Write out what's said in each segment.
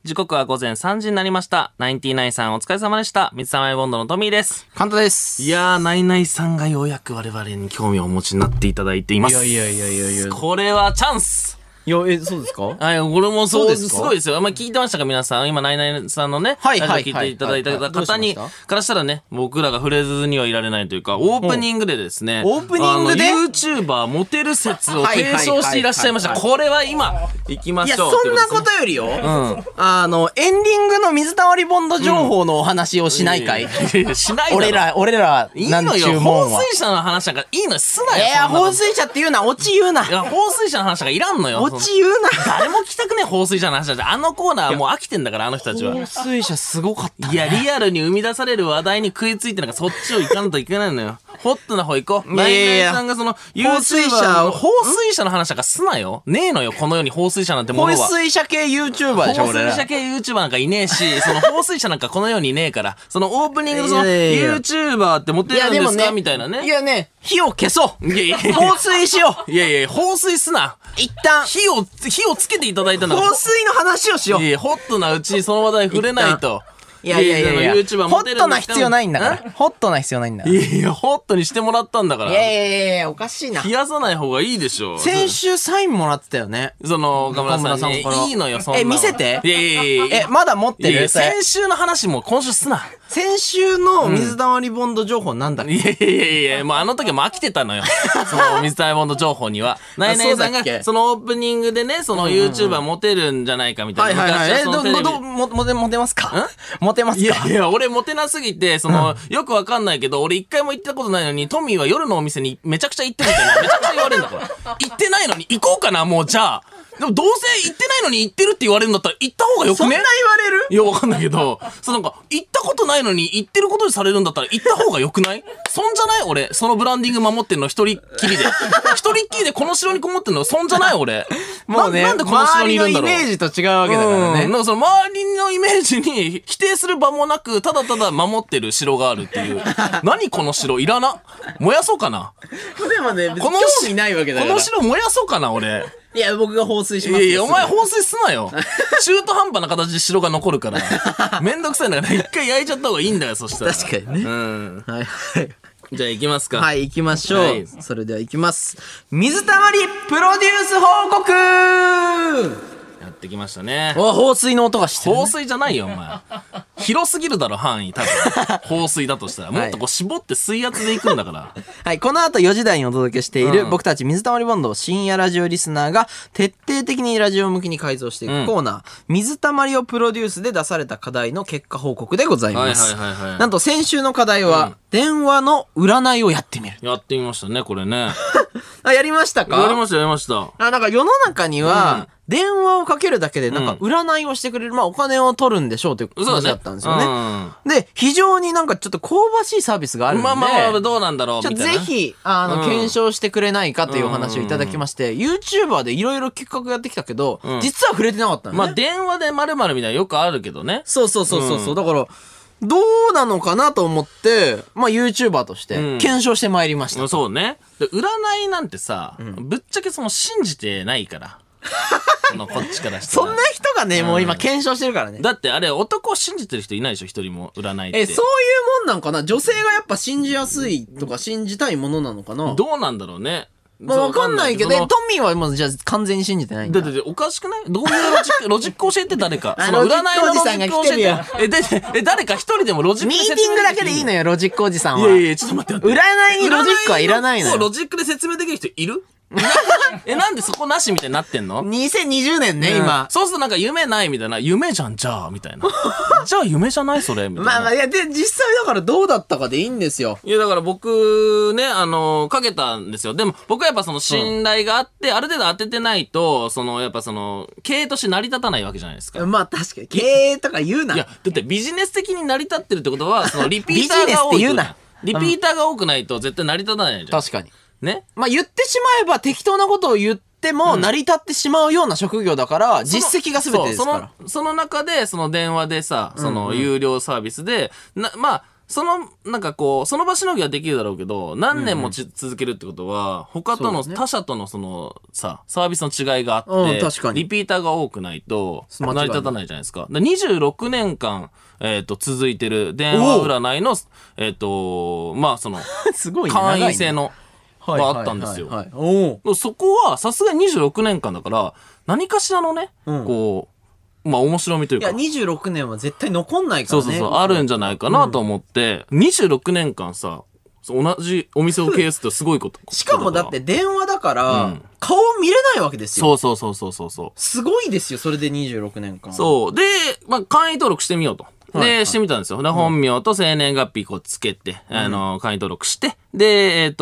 時刻は午前3時になりました。ナインティナインさんお疲れ様でした。水溜りボンドのトミーです。 カンタです。 いやー、ナイナイさんがようやく我々に興味をお持ちになっていただいています。 いや。 これはチャンス。 いや、そうですか？ はい、これもそうです。 すごいですよ。聞いてましたか皆さん。今、ナイナイさんのね、 はいラジオ聞いていただいた方に、からしたらね、僕らが触れずにはいられないというか、オープニングでですね、 オープニングで YouTuber モテる説を提唱していらっしゃいました。これは今、行きましょう。 いや、そんなことよりよ、エンディングの水溜りボンド情報のお話をしないかい？ しないだろ。 俺ら、 いいのよ。放水車の話なんかいいのすなよ。 いや、放水車って言うな、オチ言うな。 いや、放水車の話なんかいらんのよ。 オチ言うな。 誰も聞きたくねえ放水車の話だって。あのコーナーもう飽きてんだから、あの人たちは。 放水車すごかったね。 いや、リアルに生み出される話題に食いついてなんかそっちを行かんといけないのよ。ホットな方行こう。ナイナイさんがその、 放水車放水車の話なんかすなよ。ねえのよ、この世に放水車なんてものは。 放水車系 YouTuber でしょ、 放水車系 YouTuber なんかいねえし、その放水車なんかこの世にいねえから、そのオープニングのその、YouTuber ってモテるんですかみたいなね。 いやね、火を消そう。 いや放水しよう。いや、放水すな。 一旦。 火をつけていただいたんだから。 放水の話をしよう。 いや、ホットなうちにその話題触れないと。 いや、 YouTuber ホットな必要ないんだから。ホットな必要ないんだから。 いや、ホットにしてもらったんだから。 いや、おかしいな。 冷やさない方がいいでしょ。 先週サインもらってたよね。 その、岡村さんに。いいのよ、そんなの。 見せて。 いや。 まだ持ってる？ 先週の話も今週すな。 先週の水溜りボンド情報なんだっけ？ いや、もうあの時はもう飽きてたのよ。その水溜りボンド情報には。ナイナイさんが、そのオープニングでね、その YouTuber モテるんじゃないかみたいな。 モテますか？モテますか？ いや、俺モテなすぎて、その、よくわかんないけど、俺一回も行ったことないのに、トミーは夜のお店にめちゃくちゃ行ってるみたいな、めちゃくちゃ言われるんだから。行ってないのに行こうかな、もうじゃあ。でもどうせ行ってないのに行ってるって言われるんだったら行った方がよくね？ そんな言われる？ いや、わかんないけど、なんか、行ったことないのに行ってることにされるんだったら行った方がよくない？そんじゃない俺。そのブランディング守ってんの一人っきりで。一人っきりでこの城にこもってんのそんじゃない俺。 もうね、 なんでこの城にいるんだろう。 周りのイメージと違うわけだからね。 なんかその周りのイメージに否定する場もなく、ただただ守ってる城があるっていう。何この城いらな。燃やそうかな。 でもね、興味ないわけだから。 この城燃やそうかな俺。 いや、僕が放水します。 いや、お前放水すなよ。中途半端な形で城が残るから。めんどくさいんだから、一回焼いちゃった方がいいんだよ、そしたら。 確かにね。はい。 じゃあ行きますか。 はい、行きましょう。それでは行きます。水溜りプロデュース報告！ やってきましたね。 放水の音がしてる、 放水じゃないよ、お前。広すぎるだろ、範囲、多分。放水だとしたら。もっとこう絞って水圧でいくんだから。 はい、この後4時台にお届けしている、僕たち水溜りボンド深夜ラジオリスナーが徹底的にラジオ向きに改造していくコーナー、水溜りをプロデュースで出された課題の結果報告でございます。なんと先週の課題は、電話の占いをやってみる。 やってみましたね、これね。 やりましたか？ やりました。 なんか世の中には、電話をかけるだけでなんか占いをしてくれる、お金を取るんでしょうという話だったんですよね。で、非常になんかちょっと香ばしいサービスがあるんで、 まあどうなんだろうみたいな。 ぜひ、検証してくれないかというお話をいただきまして、YouTuber でいろいろ企画やってきたけど、実は触れてなかったのね。 電話で〇〇みたいなよくあるけどね。 そう。だから、どうなのかなと思って、YouTuber として検証してまいりました。 そうね。で占いなんてさ、ぶっちゃけ信じてないから。こっちからしたら。 そんな人がね、もう今検証してるからね。 だってあれ、男を信じてる人いないでしょ、一人も占いって。 そういうもんなんかな？女性がやっぱ信じやすいとか信じたいものなのかな？ どうなんだろうね。 わかんないけど、トミーはもうじゃあ完全に信じてないんだ。 だっておかしくない？どういうロジック教えて誰か。 その占いのロジック教えて。誰か一人でもロジックで説明。ミーティングだけでいいのよ、ロジックおじさんは。 いや、ちょっと待って。 占いにロジックはいらないのよ。 ロジックで説明できる人いる？なんでそこなしみたいになってんの？ 2020 年ね、今。 そうするとなんか夢ないみたいな。夢じゃん、じゃあ、みたいな。じゃあ夢じゃないそれみたいな。 いや、で、実際だからどうだったかでいいんですよ。 いや、だから僕ね、かけたんですよ。でも、僕はやっぱその信頼があって、ある程度当ててないと、やっぱ経営として成り立たないわけじゃないですか。 確かに。経営とか言うな。 いや、だってビジネス的に成り立ってるってことは、リピーターが多い。ビジネスって言うな。リピーターが多くないと絶対成り立たないじゃん。 確かに。 ね。 言ってしまえば適当なことを言っても成り立ってしまうような職業だから、実績が全てですから。 その中で、電話でさ、有料サービスで、 なんかこう、その場しのぎはできるだろうけど、何年も続けるってことは、他との、他社とのサービスの違いがあって、 確かにリピーターが多くないと、 間違いない成り立たないじゃないですか。26年間、続いてる電話占いの、 すごいね会員制の、があったんですよ。そこは、さすがに26年間だから、何かしらのね、こう、面白みというか。 いや、26年は絶対残んないからね。 そう、あるんじゃないかなと思って、26年間さ、同じお店を経営するってすごいこと。 しかもだって電話だから、顔見れないわけですよ。 そう。 すごいですよ、それで26年間。 そう。で、会員登録してみようと。で、してみたんですよ。本名と生年月日こうつけて、会員登録して、で、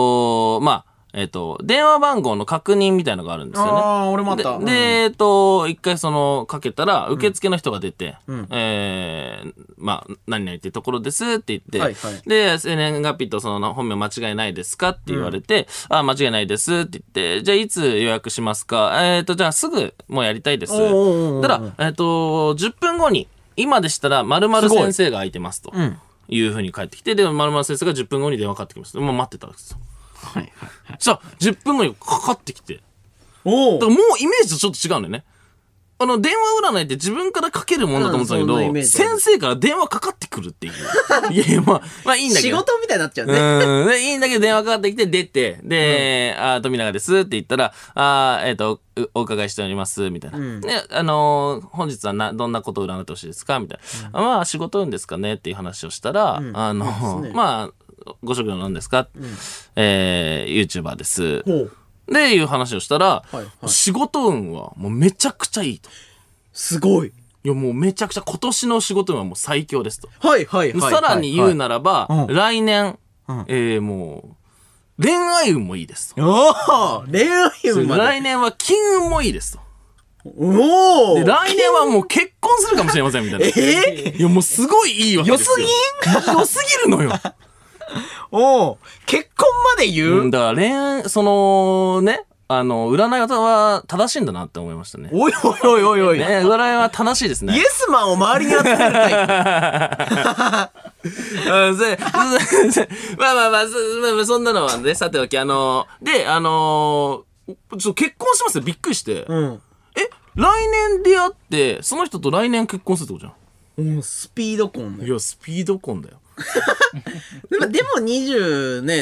電話番号の確認みたいなのがあるんですよね。 ああ、俺もあった。 で、一回かけたら、受付の人が出て、何々ってところですって言って、で、生年月日と本名間違いないですかって言われて、間違いないですって言って、じゃあいつ予約しますかじゃあすぐもうやりたいです。たら、10分後に、今でしたら、〇〇先生が空いてますというふうに帰ってきて、で、〇〇先生が10分後に電話かかってきます。もう待ってたんですよ。じゃあ、10分後にかかってきて。だからもうイメージとちょっと違うんだよね。電話占いって自分からかけるもんだと思ってたけど、先生から電話かかってくるっていう。いやいや、まあいいんだけど。 仕事みたいになっちゃうね。 で、いいんだけど電話かかってきて出て、で、富永ですって言ったら、お伺いしております、みたいな。で、本日はどんなことを占ってほしいですかみたいな。仕事運ですかねっていう話をしたら、ご職業なんですか?YouTuber です。で、いう話をしたら、仕事運はもうめちゃくちゃいいと。 すごい。 いやもうめちゃくちゃ今年の仕事運はもう最強ですと。 さらに言うならば、来年、もう、恋愛運もいいですと。 恋愛運まで。 来年は金運もいいですと。 で、 来年はもう結婚するかもしれませんみたいな。いやもうすごいいいわけですよ。良すぎるのよ。 結婚まで言う、 だから占い方は正しいんだなって思いましたね。 おい。 占いは正しいですね。 イエスマンを周りに集めるタイプ。そんなのはね、さておき、で、結婚しますよ。びっくりして。来年出会って、その人と来年結婚するってことじゃん。 スピード婚だよ。 いや、スピード婚だよ。 でも20ね、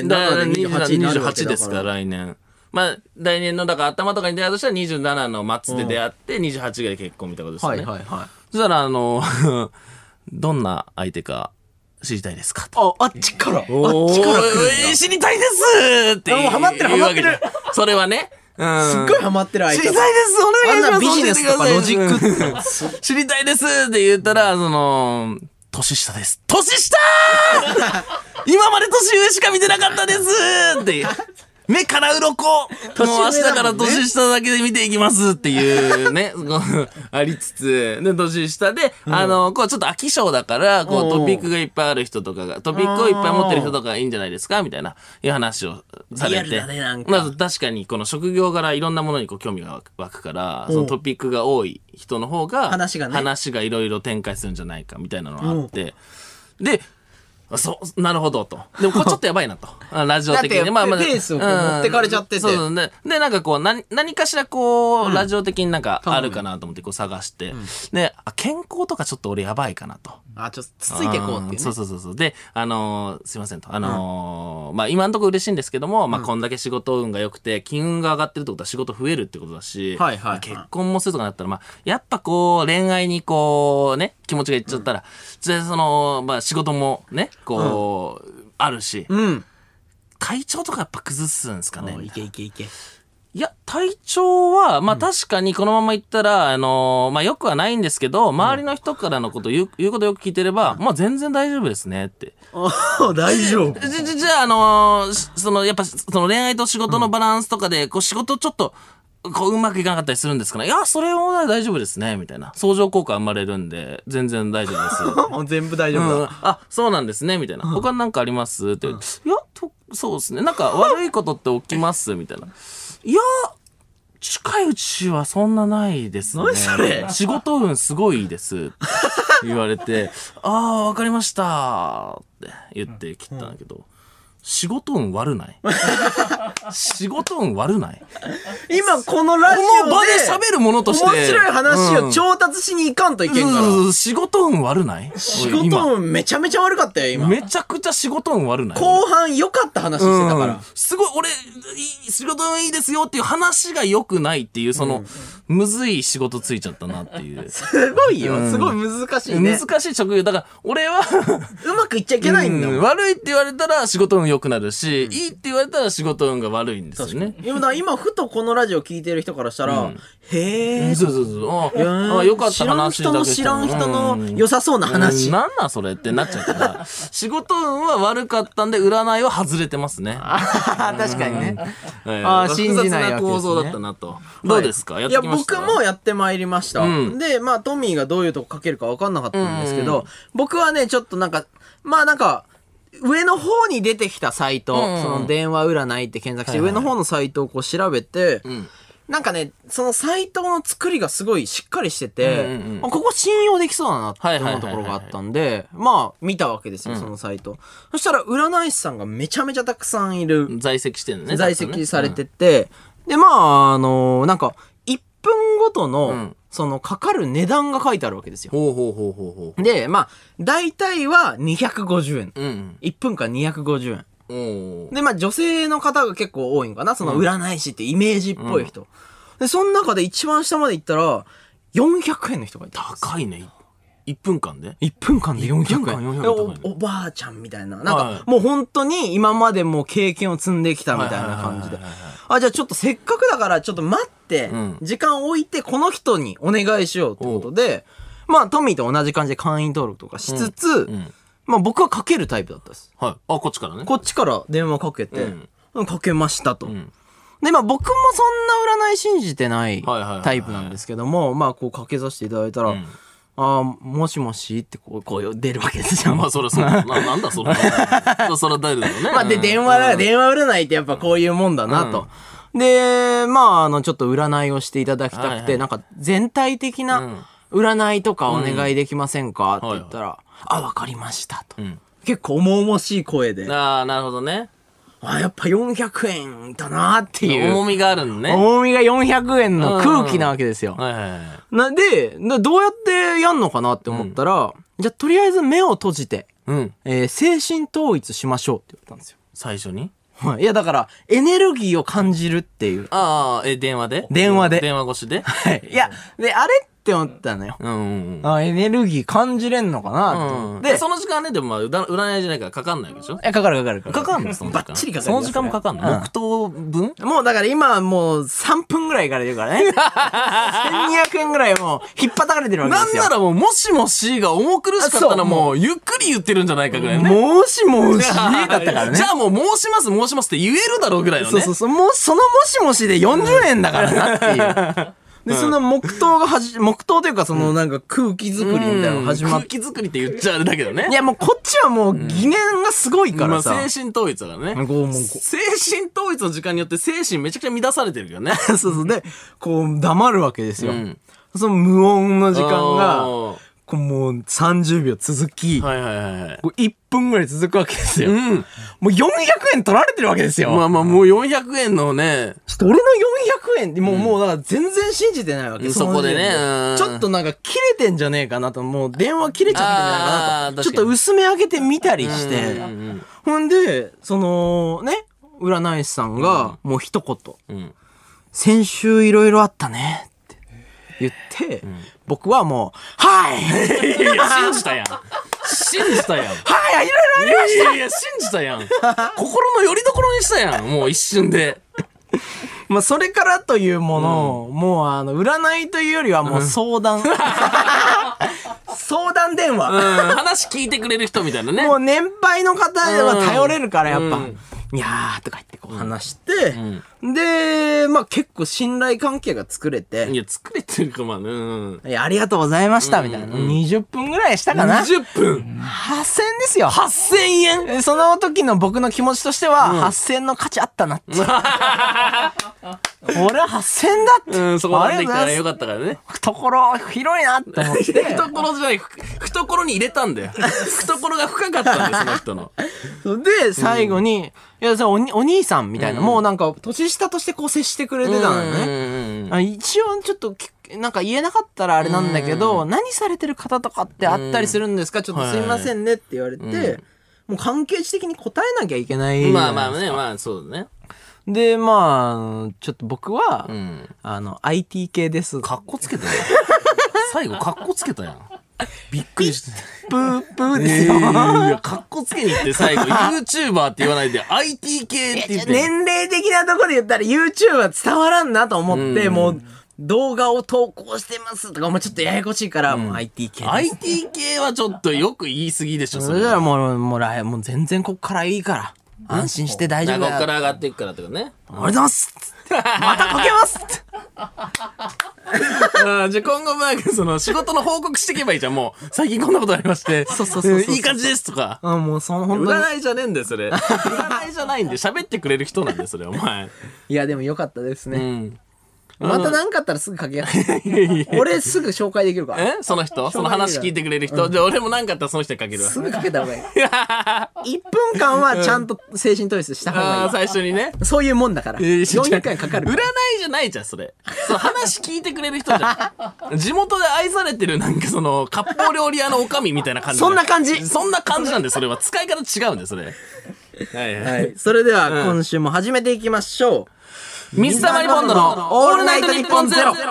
28ですから、来年。来年の、だから頭とかに出会うとしたら27の末で出会って、28ぐらい結婚みたいなことですよね。そしたら、どんな相手か知りたいですかと。 あっちから。知りたいですってハマってる。 それはね。 すっごいハマってる相手。 知りたいです、お願いします。 ビジネスとかロジックって知りたいですって言ったら、年下です。年下今まで年上しか見てなかったですって目から鱗もう明日から年下だけで見ていきますっていうね、ありつつ、で、年下で、こうちょっと飽き性だから、こうトピックがいっぱいある人とかが、トピックをいっぱい持ってる人とかがいいんじゃないですかみたいな、いう話をされて。まず確かにこの職業柄いろんなものにこう興味が湧くから、そのトピックが多い人の方が、話がいろいろ展開するんじゃないかみたいなのがあって、で、なるほどと。でもこれちょっとやばいなと。ラジオ的に。 ペースを持ってかれちゃってて。 そうで、なんかこう、何かしらこう、ラジオ的になんかあるかなと思ってこう探して。で、健康とかちょっと俺やばいかなと。 ちょっとつついていこうっていうね。 そう。で、すいませんと。今のところ嬉しいんですけども、こんだけ仕事運が良くて、金運が上がってるってことは仕事増えるってことだし、結婚もするとかなったら、やっぱこう、恋愛にこう、ね、気持ちがいっちゃったら、仕事もね、こう、あるし、体調とかやっぱ崩すんですかね。 いけ。 いや、体調は、確かにこのままいったら、よくはないんですけど、周りの人からのこと言うことよく聞いてれば、全然大丈夫ですねって。 大丈夫。 じゃあ、やっぱ、恋愛と仕事のバランスとかで、こう仕事ちょっと、こううまくいかなかったりするんですかね。いや、それも大丈夫ですね、みたいな。相乗効果生まれるんで、全然大丈夫です。 全部大丈夫だ。 そうなんですね、みたいな。他になんかありますって。いや、そうですね。なんか悪いことって起きますみたいな。いや、近いうちはそんなないですね。 何それ？ 仕事運すごいです。 言われて、わかりましたって言って切ったんだけど、仕事運悪ない仕事運悪ない今このラジオでこの場で喋るものとして面白い話を調達しに行かんといけんから、 仕事運悪ない仕事運めちゃめちゃ悪かったよ今。 めちゃくちゃ仕事運悪ない後半良かった話してたから、 すごい俺仕事運いいですよっていう話が良くないっていうその、むずい仕事ついちゃったなっていうすごいよ、すごい難しいね。 難しい職業だから俺はうまくいっちゃいけないんだもん。 悪いって言われたら仕事運良くなるし、いいって言われたら仕事運が悪いんですよね。 今ふとこのラジオ聞いてる人からしたら、へえ、 そうよかった話だけど知らん人の良さそうな話、 なんなんそれってなっちゃうから仕事運は悪かったんで占いは外れてますね。 確かにね。 信じない構造だったなと。どうですか？やってきました？ 僕もやってまいりました。で、まあトミーがどういうとこ書けるか分かんなかったんですけど、僕はねちょっとなんか上の方に出てきたサイト、その電話占いって検索して、上の方のサイトをこう調べて、なんかね、そのサイトの作りがすごいしっかりしてて、ここ信用できそうだなって思うところがあったんで、まあ見たわけですよ、そのサイト。そしたら占い師さんがめちゃめちゃたくさんいる。 在籍してるね。 在籍されてて、で、まあ、なんか、1分ごとの、そのかかる値段が書いてあるわけですよ。で、まあ、大体は250円。1分間250円。で、まあ、女性の方が結構多いんかな、その占い師ってイメージっぽい人。で、その中で一番下まで行ったら、400円の人がいた。 高いね。1分間で ?1 分間で400円。おばあちゃんみたいな。なんか、もう本当に今までもう経験を積んできたみたいな感じで。じゃあちょっとせっかくだからちょっと待って、時間置いてこの人にお願いしようってことで、まあトミーと同じ感じで会員登録とかしつつ、まあ僕はかけるタイプだったです。 はい。こっちからね。 こっちから電話かけて、かけましたと。で、まあ僕もそんな占い信じてないタイプなんですけども、まあこうかけさせていただいたら、もしもしってこう出るわけですよ。 まあそれそう。なんだそれ。それ出るだろうね。 まあで、電話占いってやっぱこういうもんだなと。で、まあちょっと占いをしていただきたくて、なんか全体的な占いとかお願いできませんかって言ったら、わかりましたと。結構重々しい声で。 なるほどね。 やっぱ400円だなっていう。 重みがあるのね。 重みが400円の空気なわけですよ。で、どうやってやんのかなって思ったら、じゃあとりあえず目を閉じて、精神統一しましょうって言ったんですよ。 最初に？ いやだから、エネルギーを感じるっていう。 電話で？ 電話越しで？ はい。いや、で、あれって思ったのよ。エネルギー感じれんのかなって思って。 で、その時間ね、でもまあ、占いじゃないからかかんないわけでしょ？ かかる。 かかんの？その時間。 バッチリかかる。 その時間もかかんの？黙祷分？ もうだから今もう3分ぐらいから出るからね。1200円ぐらいもう引っ張たかれてるわけですよ。 なんならもう、もしもしが重苦しかったらもう、ゆっくり言ってるんじゃないかぐらいね。 もしもしだったからね。 じゃあもう、申しますって言えるだろうぐらいのね。 そう。もうそのもしもしで40円だからなっていう。で、その黙祷というかそのなんか空気作りみたいなのが始まって。 空気作りって言っちゃあれだけどね。 いやもうこっちはもう疑念がすごいからさ。 精神統一だからね。精神統一の時間によって精神めちゃくちゃ乱されてるけどね。 そう。で、こう黙るわけですよ。その無音の時間が、もう30秒続き、1分ぐらい続くわけですよ。もう400円取られてるわけですよ。 まあもう400円のね。 ちょっと俺の400円でもうだから全然信じてないわけ。 そこでね。 ちょっとなんか切れてんじゃねえかなと、もう電話切れちゃってんじゃないかなと。ちょっと薄め上げてみたりして。ほんで、そのね、占い師さんがもう一言。先週いろいろあったね。言って、僕はもう、はい信じたやん。はい、 いろいろありました。 いや、信じたやん。心の拠り所にしたやん。もう一瞬で。 まあ、それからというものを、もう占いというよりはもう相談。相談電話。 話聞いてくれる人みたいなね。 もう年配の方は頼れるから、やっぱ。いやーとか言ってこう話して、で、まあ結構信頼関係が作れて。 いや、作れてるかまあね。 いや、ありがとうございました、みたいな。20分ぐらいしたかな。 20分 !8000 円ですよ。 8000円その時の僕の気持ちとしては、8000円の価値あったなって。 俺は8000円だって。 うん、そこまでできたらよかったからね。 懐広いなって思って。 懐じゃない、懐に入れたんだよ。懐が深かったんだよ、その人の。 で、最後に、いや、お兄さんみたいな、もうなんか、年下としてこう接してくれてたのね。一応ちょっと、なんか言えなかったらあれなんだけど、何されてる方とかってあったりするんですか？ちょっとすいませんねって言われて、もう関係値的に答えなきゃいけない。 まあまあね、まあそうだね。 で、まあ、ちょっと僕は、IT 系です。 カッコつけたよ。最後カッコつけたやん。びっくりした。 プープーですよ。 いや、カッコつけに行って最後、YouTuber って言わないで IT 系って言って。 年齢的なところで言ったら YouTuber 伝わらんなと思って、もう、動画を投稿してますとか、もうちょっとややこしいから、もう IT 系です。 IT 系はちょっとよく言い過ぎでしょ、 それじゃもう全然こっからいいから。安心して大丈夫だよ。 こっから上がっていくからってことね。 ありがとうございますまたこけますじゃあ今後もなんかその仕事の報告していけばいいじゃん、もう。最近こんなことありまして。そういい感じですとか。 もう本当に。 占いじゃねえんだよ、それ。占いじゃないんで、喋ってくれる人なんだよ、それ、お前。 いや、でもよかったですね。また何かあったらすぐかけやすい。俺すぐ紹介できるから。 その人その話聞いてくれる人。で、俺も何かあったらその人にかけるわ。 すぐかけた方がいい。1分間はちゃんと精神統一した方がいい。 最初にね。 そういうもんだから。400回かかる。 占いじゃないじゃん、それ。その話聞いてくれる人じゃん。地元で愛されてるなんかその、割烹料理屋のおかみみたいな感じ。 そんな感じ。 そんな感じなんで、それは。使い方違うんだよ、それ。 はい。それでは今週も始めていきましょう。 水溜りボンドのオールナイトニッポンゼロ。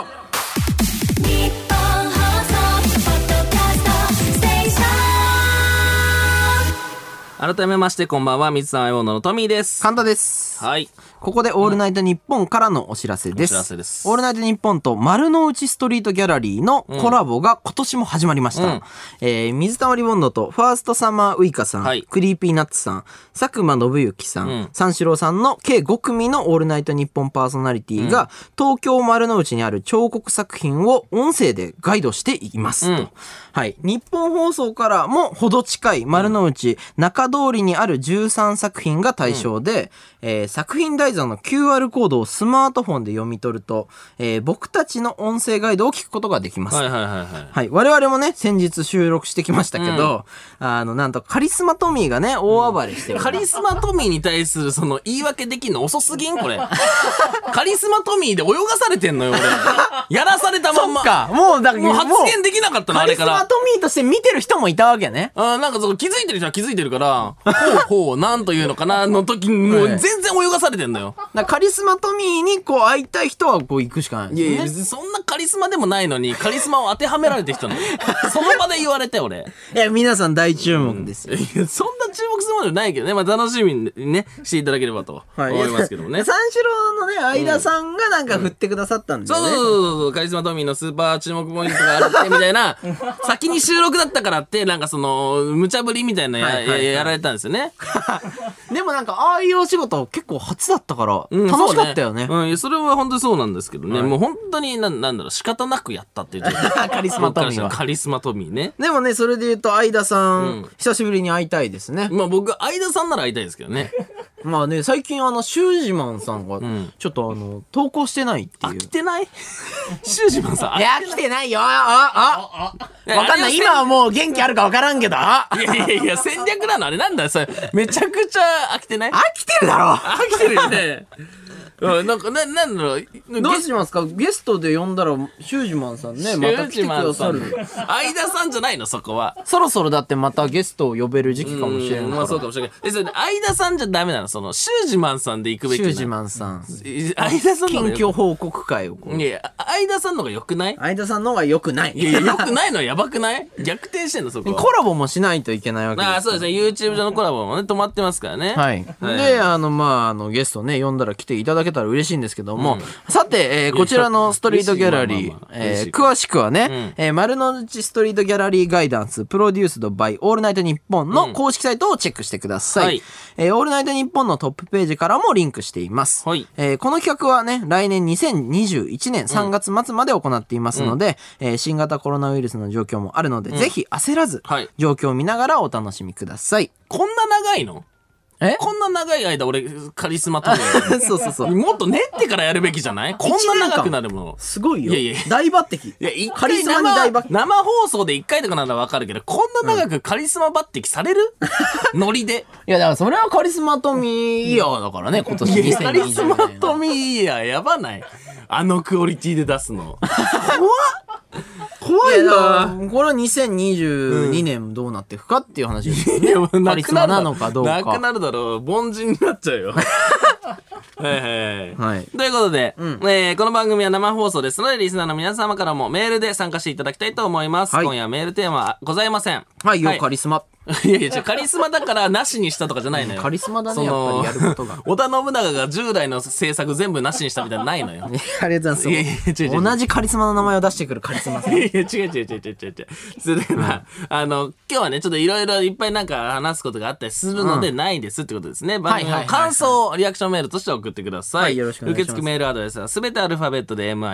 改めましてこんばんは、水溜りボンドのトミーです。 神田です。 はい。 ここでオールナイトニッポンからのお知らせです。 お知らせです。 オールナイトニッポンと丸の内ストリートギャラリーのコラボが今年も始まりました。水溜りボンドとファーストサマーウイカさん、クリーピーナッツさん、佐久間信之さん、三四郎さんの計5組のオールナイトニッポンパーソナリティが、東京丸の内にある彫刻作品を音声でガイドしていきますと。はい。日本放送からもほど近い丸の内中通りにある13作品が対象で、作品題座の QR コードをスマートフォンで読み取ると、僕たちの音声ガイドを聞くことができます。はい。我々もね、先日収録してきましたけど、なんとカリスマトミーがね、大暴れしてる。 カリスマトミーに対するその言い訳できんの遅すぎんこれ。カリスマトミーで泳がされてんのよ、俺。やらされたまんま。 そっか。もう発言できなかったの、あれから。 カリスマトミーとして見てる人もいたわけね。 なんかその気づいてる人は気づいてるから、ほう、なんというのかな、の時にもう全然泳がされてんのよ。 カリスマトミーにこう会いたい人はこう行くしかないですよね。 いやいや、そんなカリスマでもないのに、カリスマを当てはめられてきたの。その場で言われて、俺。 いや、皆さん大注目ですよ。 いや、そんな注目するものないけどね。まあ楽しみにね、していただければと思いますけどもね。 三四郎のね、相田さんがなんか振ってくださったんだよね。 そう、カリスマトミーのスーパー注目ポイントがあるって、みたいな、先に収録だったからって、なんかその、無茶ぶりみたいなやられたんですよね。 でもなんか、ああいうお仕事結構初だったから、楽しかったよね。 それは本当にそうなんですけどね。もう本当に、なんだろう、仕方なくやったっていう。 カリスマトミーは。 カリスマトミーね。 でもね、それで言うと、相田さん、久しぶりに会いたいですね。 まあ僕、相田さんなら会いたいですけどね。 まあね、最近シュージマンさんが、ちょっと投稿してないっていう。 飽きてないシュージマンさん。 いや、飽きてないよ。わかんない。今はもう元気あるかわからんけど。 いや、戦略なのあれなんだそれ。めちゃくちゃ飽きてない？ 飽きてるだろ。 飽きてるよね。なんだろう。 どうしますか？ゲストで呼んだら、シュージマンさんね、また来てくださる。 相田さんじゃないの、そこは。 そろそろだってまたゲストを呼べる時期かもしれない。 まあそうかもしれない。それで相田さんじゃダメなの？その、シュージマンさんで行くべきなの？ シュージマンさん。 相田さんの近況報告会を。 いや、相田さんの方が良くない？ 相田さんの方が良くない。 いや、良くないのはやばくない？逆転してんの、そこは。 コラボもしないといけないわけです。 そうですね。YouTube 上のコラボもね、止まってますからね。 はい。で、ゲストね、呼んだら来ていただけたら嬉しいんですけども、さて、こちらのストリートギャラリー、詳しくはね、丸の内ストリートギャラリーガイダンスプロデュースドバイオールナイトニッポンの公式サイトをチェックしてください。オールナイトニッポンのトップページからもリンクしています。この企画はね、来年2021年3月末まで行っていますので、新型コロナウイルスの状況もあるので、ぜひ焦らず、状況を見ながらお楽しみください。 こんな長いの？ こんな長い間俺、カリスマトミー。 そうそうそう。 もっと練ってからやるべきじゃない？こんな長くなるもの。 すごいよ。 いやいや大抜擢。 いや、 カリスマに大抜擢。 生放送で1回とかならわかるけど、こんな長くカリスマ抜擢される？ノリで。 いや、だからそれはカリスマトミーイヤーだからね、今年2020年。 カリスマトミーイヤーやばない？あのクオリティで出すの。 怖いな。これは2022年どうなっていくかっていう話ですよね。 いやカリスマなのかどうか。 なくなるだろう。凡人になっちゃうよ。はい。ということで、この番組は生放送ですので、リスナーの皆様からもメールで参加していただきたいと思います。今夜メールテーマはございません。 はい、カリスマ。 いやいや、カリスマだからなしにしたとかじゃないのよ。 カリスマだね、やっぱりやることが。 織田信長が従来の制作全部なしにしたみたいなのないのよ。 ありがとうございます。同じカリスマの名前を出してくるカリスマさん。 いや、違う。それで今日はね、ちょっといろいろいっぱいなんか話すことがあったりするのでないですってことですね。番組の感想をリアクションメールとして送ってください。 はい、よろしくお願いします。 受付メールアドレスはすべてアルファベットで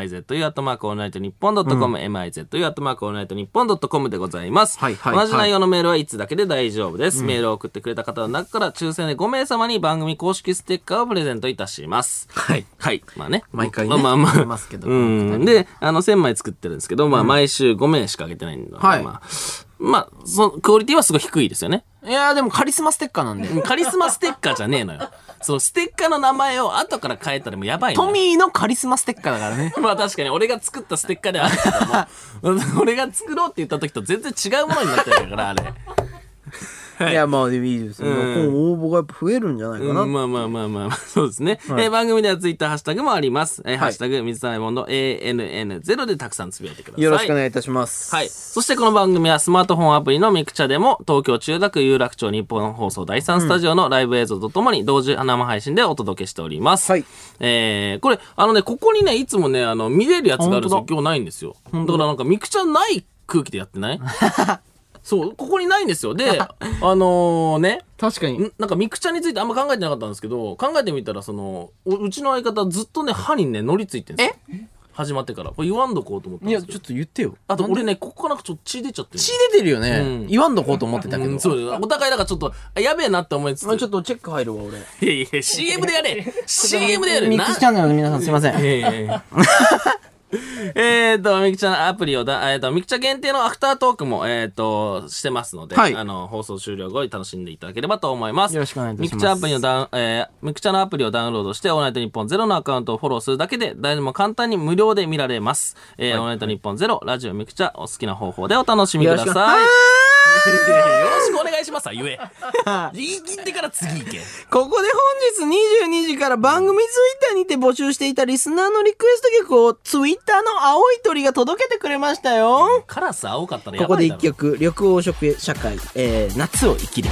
mizu@allnightnippon.com、mizu@allnightnippon.com でございます。同じ内容のメールはいつだけで大丈夫です。メールを送ってくれた方の中から抽選で5名様に番組公式ステッカーをプレゼントいたします。はい。まあね。 毎回ね。 まあ。 ますけど。 で、1000枚作ってるんですけど、毎週5名しかあげてないんだ。そのクオリティはすごい低いですよね。 いやでもカリスマステッカーなんで。 カリスマステッカーじゃねえのよ。そのステッカーの名前を後から変えたらもうやばいのよ。 トミーのカリスマステッカーだからね。 まあ確かに俺が作ったステッカーではあるけども、俺が作ろうって言った時と全然違うものになってるから、あれ。 いや、まあでもいいですね。今応募がやっぱ増えるんじゃないかな。 まあ、そうですね。番組ではツイッターハッシュタグもあります。ハッシュタグ、水溜りボンド ANN0 でたくさんつぶやいてください。 よろしくお願いいたします。 はい。そしてこの番組はスマートフォンアプリのミクチャでも、東京千代田区有楽町日本放送第3スタジオのライブ映像とともに同時生配信でお届けしております。はい。これ、ここにね、いつもね、見れるやつがあるんですよ。今日ないんですよ。だからなんかミクチャない空気でやってない？そう、ここにないんですよ。で、ね。 確かに。 なんかミクチャについてあんま考えてなかったんですけど、考えてみたら、うちの相方ずっとね、歯にね、乗りついてるんですよ。始まってから。これ言わんどこうと思って。 いや、ちょっと言ってよ。 あと俺ね、ここからちょっと血出ちゃってる。 血出てるよね。言わんどこうと思ってたけど。 そうお互いだからちょっと、やべえなって思いつつ。 ちょっとチェック入るわ、俺。 いや、CM でやれ !CM でやれミクチャンネルの皆さんすいません。 ミクチャアプリをミクチャ限定のアフタートークも、してますので、放送終了後に楽しんでいただければと思います。 よろしくお願いいたします。 ミクチャのアプリをダウンロードして、オールナイトニッポンゼロのアカウントをフォローするだけで、誰でも簡単に無料で見られます。オールナイトニッポンゼロ、ラジオミクチャ、お好きな方法でお楽しみください。よろしくお願いします。言え。言い切ってから次行け。 ここで本日22時から番組ツイッターにて募集していたリスナーのリクエスト曲をツイッターの青い鳥が届けてくれましたよ。 カラス青かったらやばいだろ。 ここで一曲、緑黄色社会、夏を生きる。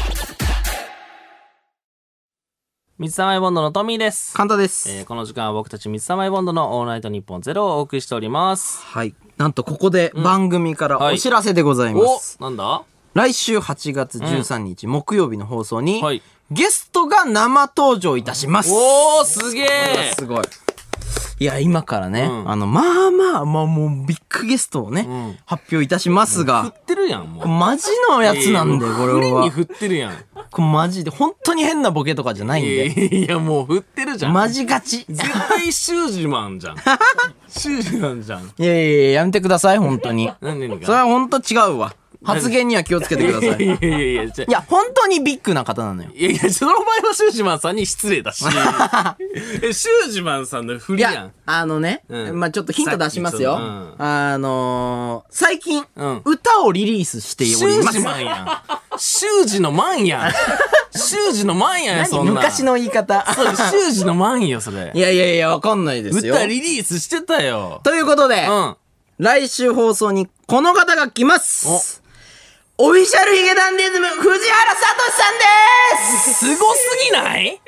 水溜りボンドのトミーです。 カンタです。 この時間は僕たち水溜りボンドのオールナイトニッポンゼロをお送りしております。 はい。なんとここで番組からお知らせでございます。 なんだ？ 来週8月13日、木曜日の放送に、ゲストが生登場いたします。 おー、すげー！ すごい。いや、今からね、もうビッグゲストをね、発表いたしますが。 振ってるやん、もう。 マジのやつなんで、これは。 振りに振ってるやん。 これマジで、本当に変なボケとかじゃないんで。 いや、もう振ってるじゃん。 マジガチ。 絶対シュージマンじゃん。シュージマンじゃん。 いや、やめてください、本当に。 何が？ それは本当違うわ。発言には気をつけてください。いや、本当にビッグな方なのよ。 いや、その場合はシュージマンさんに失礼だし。シュージマンさんの振りやん。 いや、ちょっとヒント出しますよ。最近、歌をリリースしております。 シュージマンやん。シュージのマンやん。シュージのマンやん、そんな。 昔の言い方。 そう、シュージのマンよ、それ。 いや、わかんないですよ。 歌リリースしてたよ。 ということで、来週放送にこの方が来ます。オフィシャルヒゲダンディズム、藤原聡さんです。 すごすぎない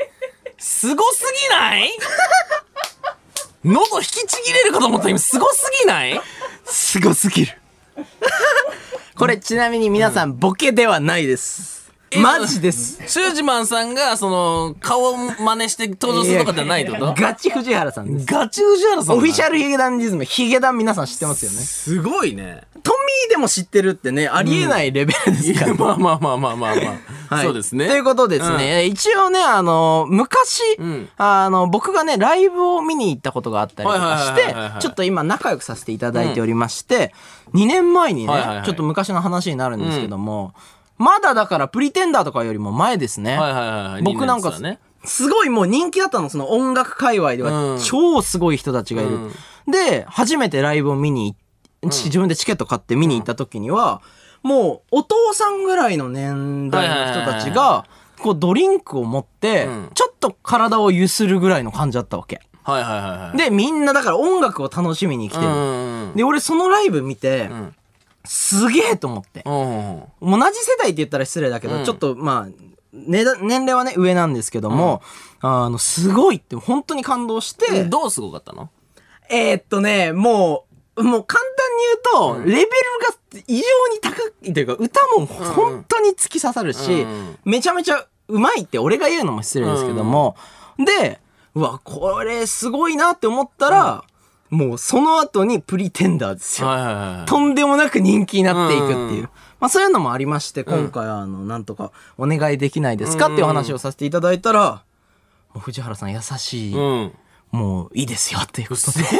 喉引きちぎれるかと思った今すごすぎない？ すごすぎる。これちなみに皆さん、ボケではないです。マジです。 シュージマンさんが顔を真似して登場するとかじゃないってこと？ ガチ藤原さんです。 ガチ藤原さん。 オフィシャルヒゲダンディズム、ヒゲダン皆さん知ってますよね。 すごいね。 トミーでも知ってるってね、ありえないレベルですから。 まあ。 はい。 そうですねということですね。一応ね、昔、僕がね、ライブを見に行ったことがあったりとかしはいはいはいはいは、いてちょっと今仲良くさせていただいておりまして、2年前にはいはいはい、 ねちょっと昔の話になるんですけども、まだだからプリテンダーとかよりも前ですね。 はいはいはい。 僕なんか二年ですよねすごいもう人気だったの、その音楽界隈では超すごい人たちがいる。で、初めてライブを見に自分でチケット買って見に行った時には、もうお父さんぐらいの年代の人たちが、こうドリンクを持って、ちょっと体をゆするぐらいの感じだったわけ。 はいはいはいはい。 で、みんなだから音楽を楽しみに来てる。で、俺そのライブ見て、すげえと思って。同じ世代って言ったら失礼だけど、ちょっとまあ、年齢はね、上なんですけども、すごいって本当に感動して。 どうすごかったの？ もう簡単に言うと、レベルが異常に高いというか、歌も本当に突き刺さるし、めちゃめちゃうまいって俺が言うのも失礼ですけども、で、うわ、これすごいなって思ったら、もうその後にプリテンダーですよ。とんでもなく人気になっていくっていう。まあそういうのもありまして、今回なんとかお願いできないですかっていう話をさせていただいたら、もう藤原さん優しい。もういいですよっていうことで。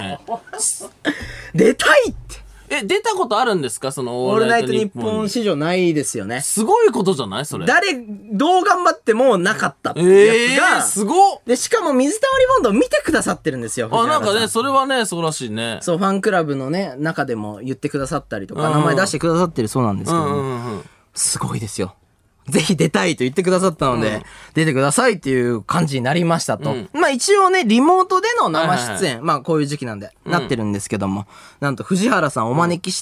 出たいって。 出たことあるんですか？そのオールナイトニッポン史上ないですよね。 すごいことじゃないそれ。 どう頑張ってもなかったっていうやつが。 すごっ。 で、しかも水溜りボンドを見てくださってるんですよ。 なんかね、それはね、そうらしいね。 そう、ファンクラブのね、中でも言ってくださったりとか、名前出してくださってるそうなんですけど、すごいですよ。ぜひ出たいと言ってくださったので、出てくださいっていう感じになりましたと。まあ一応ね、リモートでの生出演、まあこういう時期なんで、なってるんですけども、なんと藤原さんをお招きして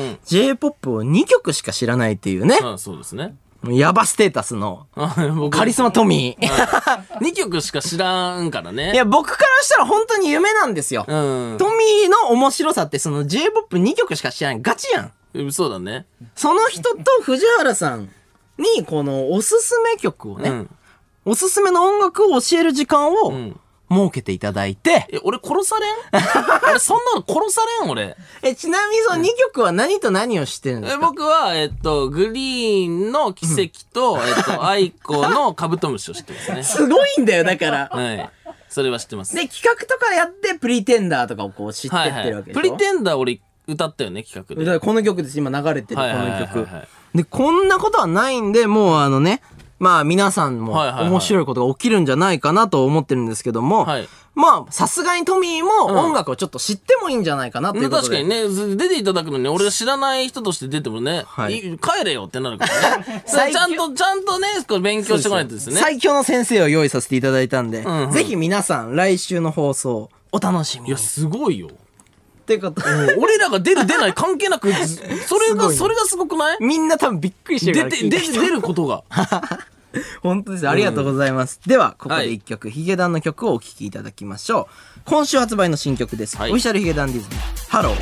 、J-POP を2曲しか知らないっていうね。 そうですね。 ヤバステータスのカリスマトミー。 2曲しか知らんからね。 いや、僕からしたら本当に夢なんですよ。トミーの面白さってその J-POP2 曲しか知らない。ガチやん。 そうだね。 その人と藤原さんにこのおすすめ曲をね、おすすめの音楽を教える時間を設けていただいて。 俺殺されん？俺そんなの殺されん俺。 ちなみにその2曲は何と何を知ってるんですか？ 僕は、グリーンの奇跡と、アイコのカブトムシを知ってますね。 すごいんだよ、だから。 はい。それは知ってます。 で、企画とかやって、プリテンダーとかをこう知ってってるわけでしょ？ プリテンダー俺歌ったよね、企画で。 この曲です、今流れてるこの曲。で、こんなことはないんで、もうまあ皆さんも面白いことが起きるんじゃないかなと思ってるんですけども、まあさすがにトミーも音楽をちょっと知ってもいいんじゃないかなっていうことで。 確かにね、出ていただくのに俺が知らない人として出てもね、帰れよってなるからね。ちゃんとね、勉強してこないとですね。 最強の先生を用意させていただいたんで、ぜひ皆さん来週の放送お楽しみに。 いや、すごいよ。 ってこと。 俺らが出る出ない関係なく、それがすごくない？ みんな多分びっくりしてるから聞いてる人。 出ることが。 本当です。ありがとうございます。では、ここで一曲、ヒゲダンの曲をお聴きいただきましょう。今週発売の新曲です。オフィシャルヒゲダンディズム、ハロー。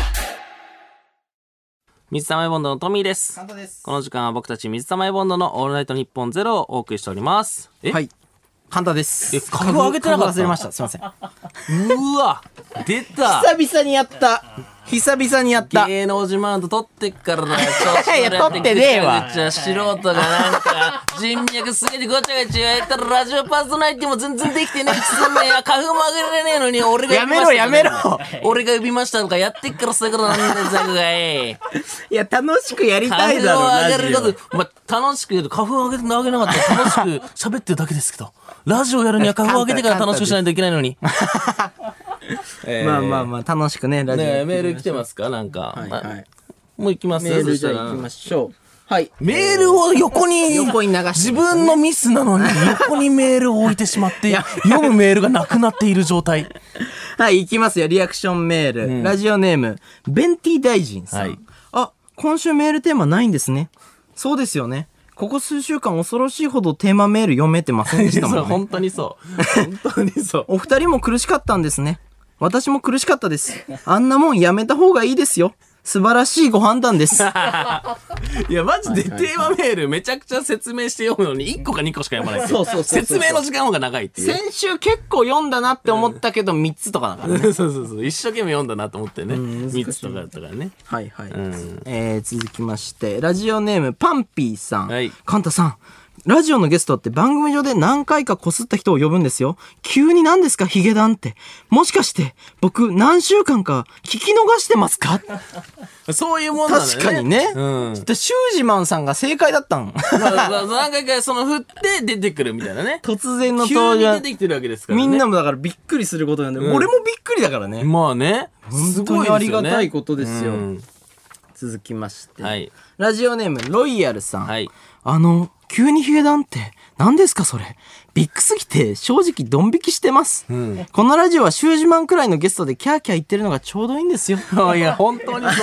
水溜りボンドのトミーです。この時間は僕たち水溜りボンドのオールナイトニッポンゼロをお送りしております。 はい。カンタです。 株上げてなかった。 忘れました。すいません。 うわ、出た。 久々にやった。 芸能自慢と撮ってっからだよ。 いや、撮ってねえわ。 素人がなんか、人脈すげてごちゃごちゃやったらラジオパーソナリティも全然できてねえ。つんねや、花粉も上げられねえのに、俺が呼びました。 やめろ。 俺が呼びましたとかやってっからそういうことなんだよ、ザクがい。 いや、楽しくやりたいだろ、 花粉を上げること、楽しく、花粉を上げなかったら楽しく喋ってるだけですけど、ラジオやるには花粉を上げてから楽しくしないといけないのに。 まあ楽しくね、ラジオ。 ね、メール来てますかなんか。もう行きます。 メールじゃあ行きましょう。はい。 メールを横に流して自分のミスなのに横にメールを置いてしまって読むメールがなくなっている状態。 はい、行きますよ。リアクションメール。ラジオネーム、ベンティ大臣さん。あ、今週メールテーマないんですね。そうですよね。ここ数週間恐ろしいほどテーマメール読めてませんでしたもんね。 本当にそう。本当にそう。 お二人も苦しかったんですね。私も苦しかったです。あんなもんやめた方がいいですよ。 素晴らしいご判断です。 いや、マジでテーマメールめちゃくちゃ説明して読むのに1個か2個しか読まないですよ。 そう説明の時間の方が長いっていう。 先週結構読んだなって思ったけど、3つとかだからね。 そう。一生懸命読んだなと思ってね。3つとかだったからね。 はいはい。続きまして、ラジオネームパンピーさん。 はい。 カンタさん。ラジオのゲストって番組上で何回かこすった人を呼ぶんですよ。急に何ですかヒゲダンって。もしかして僕何週間か聞き逃してますか？ そういうもんなんだよね。 確かにね。シュージマンさんが正解だったん。 何回かその振って出てくるみたいなね。 突然の急登場。 に出てきてるわけですからね。 みんなもだからびっくりすることなんで、俺もびっくりだからね。 まあね。 本当にありがたいことですよ。続きまして。 はい。 ラジオネームロイヤルさん。 はい。 急にヒゲダンって何ですかそれ。ビッグすぎて正直ドン引きしてます。このラジオはシュージマンくらいのゲストでキャーキャー言ってるのがちょうどいいんですよ。 いや、本当にそう。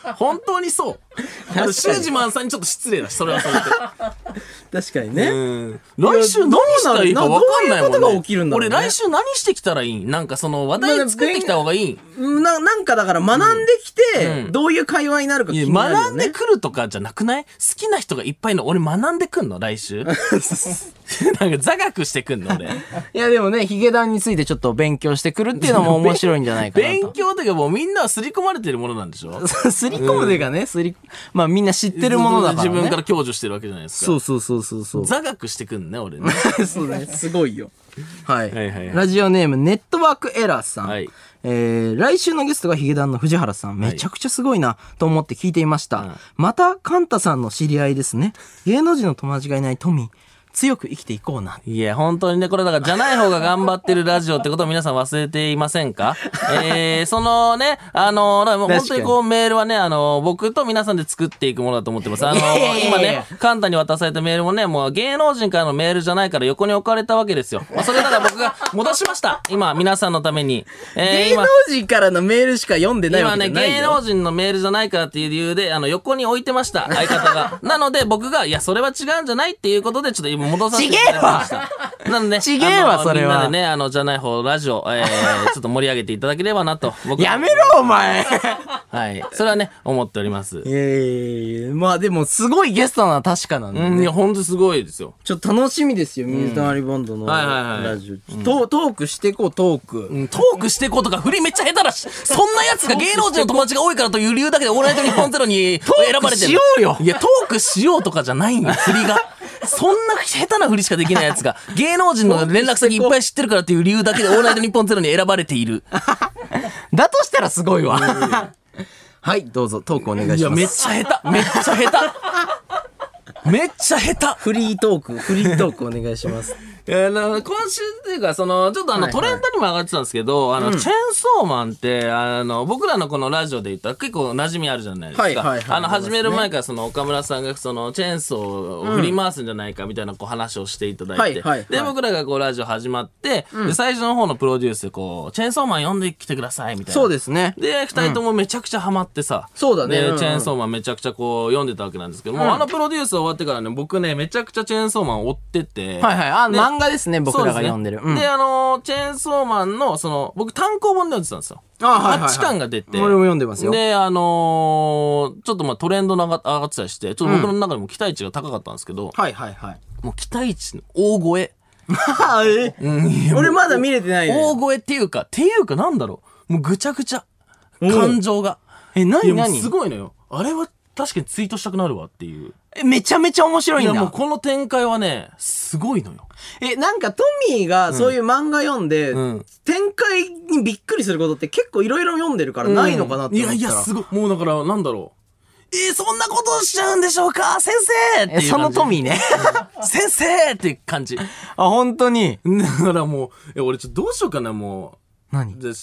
本当にそう。シュージマンさんにちょっと失礼だし、それはそれで。 確かにね。 来週何したらいいか分かんないもんね。 どういうことが起きるんだろうね。 俺来週何してきたらいい？なんかその話題作ってきた方がいい？ なんかだから学んできて、どういう会話になるか決めないよね。 学んでくるとかじゃなくない？好きな人がいっぱいの俺学んでくんの来週。なんか座学してくんの俺。 いやでもね、ヒゲダンについてちょっと勉強してくるっていうのも面白いんじゃないかなと。 勉強というかもうみんなは刷り込まれてるものなんでしょ？ 刷り込むというかね、まあみんな知ってるものだからね。 自分から享受してるわけじゃないですか。 そう。 座学してくんね、俺ね。 そうね、すごいよ。はい。 はいはいはい。 ラジオネーム、ネットワークエラーさん。 はい。 来週のゲストがヒゲダンの藤原さん。めちゃくちゃすごいな、と思って聞いていました。また、カンタさんの知り合いですね。芸能人の友達がいないトミー。強く生きていこうな。 いや、本当にね、これだからじゃない方が頑張ってるラジオってことを皆さん忘れていませんか？そのね、本当にこうメールはね、僕と皆さんで作っていくものだと思ってます。今ね、カンタに渡されたメールもね、もう芸能人からのメールじゃないから横に置かれたわけですよ。まあ、それなら僕が戻しました。今、皆さんのために。 芸能人からのメールしか読んでないわけじゃないよ。 今ね、芸能人のメールじゃないからっていう理由で、横に置いてました、相方が。なので僕が、いや、それは違うんじゃないっていうことで、ちょっと今戻させていただきました。なので、 ちげえわ、それは。 みんなでね、じゃない方ラジオ、ちょっと盛り上げていただければなと。 やめろ、お前はい。それはね、思っております。 まあでも、すごいゲストなのは確かなんで、ね。 いや、ほんとすごいですよ。 ちょっと楽しみですよ、水溜りボンドのラジオ。トークしてこう、トーク。 トークしてこうとか振りめっちゃ下手だし、そんな奴が芸能人の友達が多いからという理由だけでオールナイトニッポンゼロに選ばれてる。 トークしようよ。 いや、トークしようとかじゃないんだ、振りが。そんな下手な振りしかできない奴が、芸能人の連絡先いっぱい知ってるからっていう理由だけでオールナイトニッポンゼロに選ばれている。 だとしたらすごいわ。はい、どうぞ、トークお願いします。いや、 めっちゃ下手。めっちゃ下手。めっちゃ下手。 フリートークお願いします。 今週っていうか、ちょっとトレンドにも上がってたんですけど、チェーンソーマンって、僕らのこのラジオで言ったら結構馴染みあるじゃないですか。始める前から岡村さんがチェーンソーを振り回すんじゃないかみたいな話をしていただいて、で、僕らがラジオ始まって、で、最初の方のプロデュースでチェーンソーマン読んできてくださいみたいな。 そうですね。 で、二人ともめちゃくちゃハマってさ、 そうだね。 で、チェーンソーマンめちゃくちゃ読んでたわけなんですけども、プロデュース終わってからね、僕ね、めちゃくちゃチェーンソーマンを追ってて、 漫画ですね、僕らが読んでる。 で、チェーンソーマンの、僕単行本で読んでたんですよ。8巻が出て。 俺も読んでますよ。 で、ちょっとトレンド上がってたりして、ちょっと僕の中でも期待値が高かったんですけど、もう期待値の大声。 俺まだ見れてないね。 大声っていうかなんだろう。もうぐちゃぐちゃ。感情が。 何すごいのよ。あれは確かにツイートしたくなるわっていう。 めちゃめちゃ面白いんだ。 いやもうこの展開はね、すごいのよ。 なんかトミーがそういう漫画読んで、展開にびっくりすることって結構いろいろ読んでるからないのかなって思ったら。 いや、すごい。もうだから、なんだろう。そんなことしちゃうんでしょうか先生っていうそのトミーね。 先生って感じ。 本当に。 だからもう、俺ちょっとどうしようかな、もう。 何二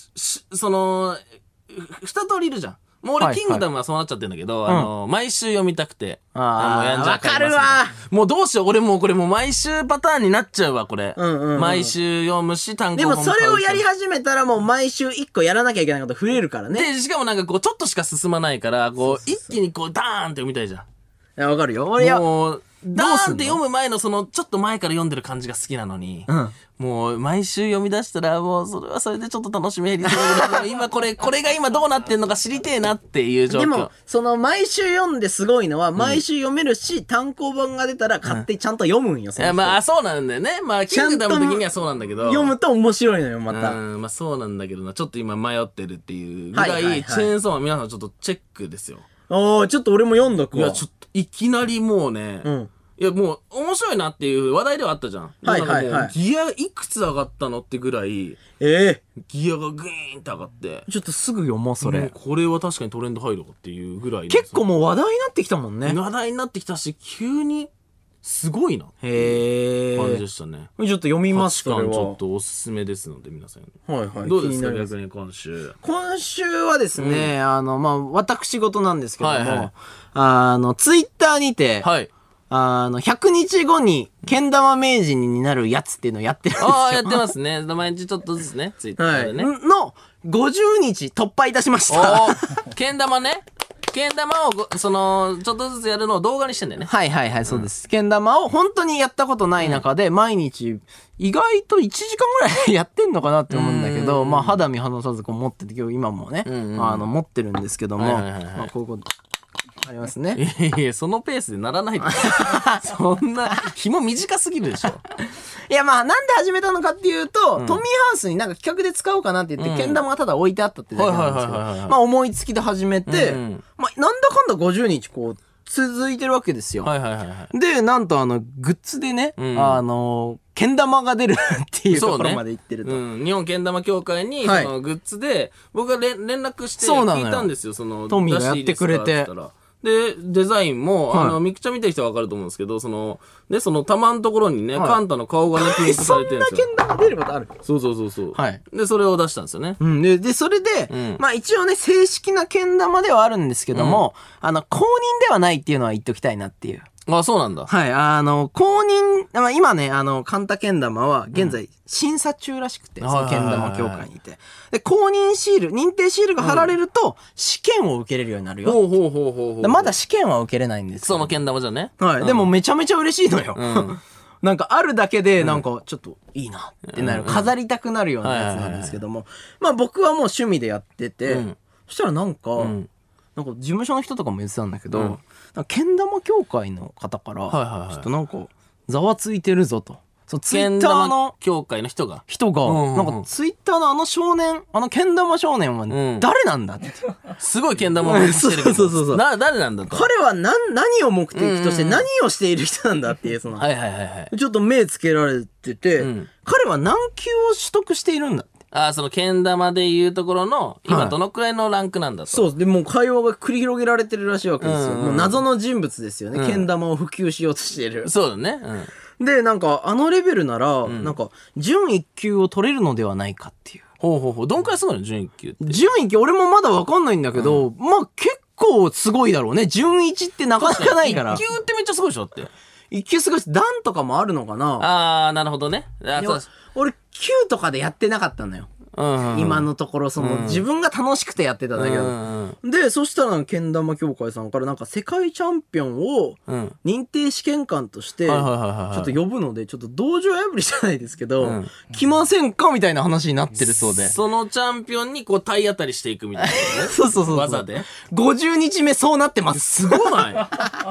通りいるじゃん。もう俺、キングダムはそうなっちゃってんだけど、毎週読みたくて。 わかるわ。 もうどうしよう。俺もうこれもう毎週パターンになっちゃうわ、これ。毎週読むし、単行本でもそれをやり始めたらもう毎週1個やらなきゃいけないこと増えるからね。 で、しかもなんかちょっとしか進まないから、一気にダーンって読みたいじゃん。 いや、わかるよ。俺もう、 ダーンって読む前のその、ちょっと前から読んでる感じが好きなのに、もう毎週読み出したら、もうそれはそれでちょっと楽しみ減りするけど、今これが今どうなってんのか知りてえなっていう状況。 でも、その毎週読んですごいのは、毎週読めるし、単行本が出たら買ってちゃんと読むんよ、 いや、まあそうなんだよね。まあ、キングダム的にはそうなんだけど。 読むと面白いのよ、また。 まあそうなんだけどな、ちょっと今迷ってるっていうぐらい、チェーンソーマン皆さんちょっとチェックですよ。 ああ、ちょっと俺も読んどくわ。 いや、ちょっと、いきなりもうね、いや、もう、面白いなっていう話題ではあったじゃん。 はいはいはい。 ギアいくつ上がったのってぐらい、ギアがグイーンって上がって。 ちょっとすぐ読もう、それ。 これは確かにトレンド入るっていうぐらい。 結構もう話題になってきたもんね。 話題になってきたし、急に、すごいな。 へえ。 感じでしたね。 ちょっと読みます、 それは。ちょっとおすすめですので、皆さん。 はいはい。 どうですか、逆に今週。 今週はですね、まあ、私事なんですけども、ツイッターにて、100日後に、けん玉名人になるやつっていうのをやってるんですよ。 ああ、やってますね。毎日ちょっとずつね、ツイッターでね。 の、50日突破いたしました。 けん玉ね。けん玉を、ちょっとずつやるのを動画にしてんだよね。 はいはいはい、そうです。けん玉を本当にやったことない中で、毎日、意外と1時間ぐらいやってんのかなって思うんだけど、まあ肌身離さずこう持ってて、今もね、持ってるんですけども、こういうこと。ありますね。 いや、そのペースでならないで。そんな、紐短すぎるでしょ。 いや、まあ、なんで始めたのかっていうと、トミーハウスになんか企画で使おうかなって言って、けん玉がただ置いてあったってだけなんですけど、まあ、思いつきで始めて、まあ、なんだかんだ50日こう、続いてるわけですよ。で、なんとグッズでね、けん玉が出るっていうところまで行ってると。 日本けん玉協会に、そのグッズで、僕が連絡して聞いたんですよ、その、 トミーがやってくれて。 で、デザインも、ミクチャ見てる人はわかると思うんですけど、その玉のところにね、カンタの顔がね、プリントされてるんですよ。 そんなけん玉出ることある？ そう。はい。で、それを出したんですよね。 で、それで、まあ一応ね、正式なけん玉ではあるんですけども、公認ではないっていうのは言っときたいなっていう。 あ、そうなんだ。 はい、公認、まあ、今ね、カンタけん玉は、現在、審査中らしくて、そのけん玉協会にいて。で、公認シール、認定シールが貼られると、試験を受けれるようになるよ。まだ試験は受けれないんですそのけん玉じゃね。 はい。でも、めちゃめちゃ嬉しいのよ。なんか、あるだけで、なんか、ちょっと、いいなってなる。飾りたくなるようなやつなんですけども。まあ、僕はもう趣味でやってて、そしたらなんか、事務所の人とかも言ってたんだけど、けん玉協会の方から、ちょっとなんか、ざわついてるぞと。ツイッターの協会の人が、 なんかツイッターの少年、けん玉少年は誰なんだって。 すごいけん玉をしてるけど。そう。誰なんだと。 彼は何を目的として何をしている人なんだっていう、ちょっと目つけられてて、彼は何級を取得しているんだ。 そのけん玉でいうところの、今どのくらいのランクなんだと。 そう。で、もう会話が繰り広げられてるらしいわけですよ。もう謎の人物ですよね。けん玉を普及しようとしている。 そうだね。 で、なんか、レベルなら、なんか、準1級を取れるのではないかっていう。 どんくらいすごいの準1級って。 準1級、俺もまだわかんないんだけど、まあ結構すごいだろうね。準1ってなかなかないから。 1級ってめっちゃすごいでしょって。 1級すごいし、段とかもあるのかな。 なるほどね。 俺、9とかでやってなかったのよ。今のところ、自分が楽しくてやってただけど。で、そしたら、けん玉協会さんからなんか世界チャンピオンを認定試験官として、ちょっと呼ぶので、ちょっと道場破りじゃないですけど、来ませんかみたいな話になってるそうで。 そのチャンピオンにこう体当たりしていくみたいなね。 そう。 技で。 50日目そうなってます。 すごない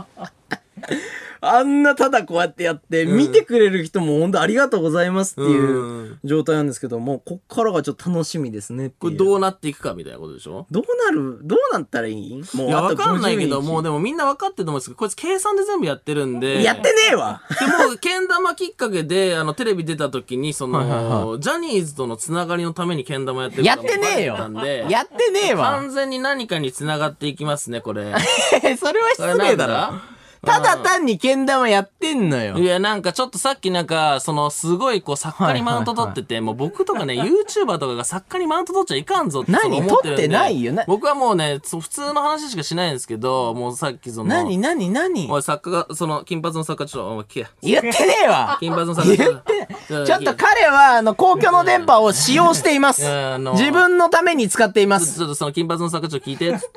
あんなただこうやってやって、見てくれる人も本当ありがとうございますっていう状態なんですけども、こっからがちょっと楽しみですねっていう。 これどうなっていくかみたいなことでしょ？ どうなったらいい？もういや、わかんないけど、もうでもみんなわかってると思うんですけど、こいつ計算で全部やってるんで。 やってねえわでも、けん玉きっかけで、テレビ出た時に、ジャニーズとのつながりのためにけん玉やってるやってねえよやってねえわ完全に何かにつながっていきますね、これ。 それは失礼だろ。ただ単にけん玉やってんのよ。 いや、なんかちょっとさっきなんか、すごいこう作家にマウント取ってて、もう僕とかね、YouTuber とかが作家にマウント取っちゃいかんぞって思ってるんで。 取ってないよ。 僕はもうね、普通の話しかしないんですけど、もうさっき何おい、作家が、金髪の作家ちょっと、お前聞け。 言ってねえわ金髪の作家言ってねえ。ちょっと彼は、公共の電波を使用しています。自分のために使っています。 ちょっと金髪の作家ちょっと聞いて、つって。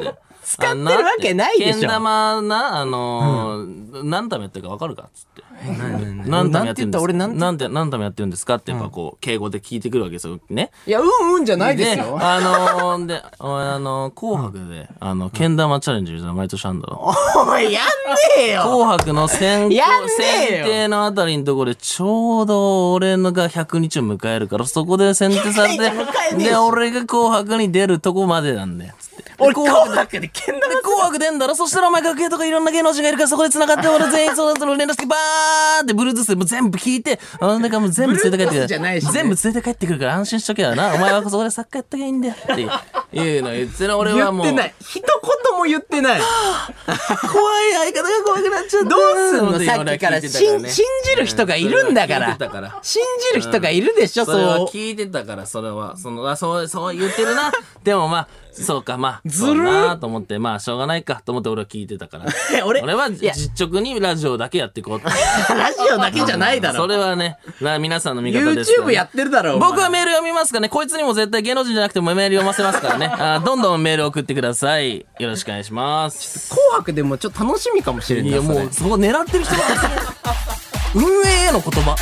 使ってるわけないでしょ。 けん玉な、何玉やってるか分かるかっつって。何玉やってるんですか、何玉やってるんですかってやっぱこう、敬語で聞いてくるわけですよね。 いや、うんじゃないですよ。 で、紅白で、けん玉チャレンジみたいな毎年あんだろ。 おい、やんねえよ。 紅白の選定のあたりのところで、ちょうど俺のが100日を迎えるから、そこで選定されて、で、俺が紅白に出るとこまでなんだよ、つって。 俺紅白でけん玉紅白出んだろ。そしたらお前楽屋とかいろんな芸能人がいるからそこで繋がって俺全員その連絡先バーってブルートゥースでもう全部聞いて、なんかもう全部連れて帰ってくる。全部連れて帰ってくるから安心しとけよな。お前はそこで作家やったらいいんだよっていうの言ってな。俺はもう。 言ってない。一言も言ってない。 怖い相方が怖くなっちゃった。 どうすんのさっきから信じる人がいるんだから。信じる人がいるでしょ、 それは聞いてたから、それは。そう言ってるな。でもまあ、そうか、まあ、ずるーなと思って、まあ、しょうがないかと思って俺は聞いてたから。俺は実直にラジオだけやっていこうって。 ラジオだけじゃないだろ。 それはね、皆さんの味方ですから、 YouTube やってるだろ。 僕はメール読みますからね。こいつにも絶対芸能人じゃなくてもメール読ませますからね。どんどんメール送ってください。よろしくお願いします。 紅白でもちょっと楽しみかもしれない。 いや、もう、そこ狙ってる人が運営への言葉。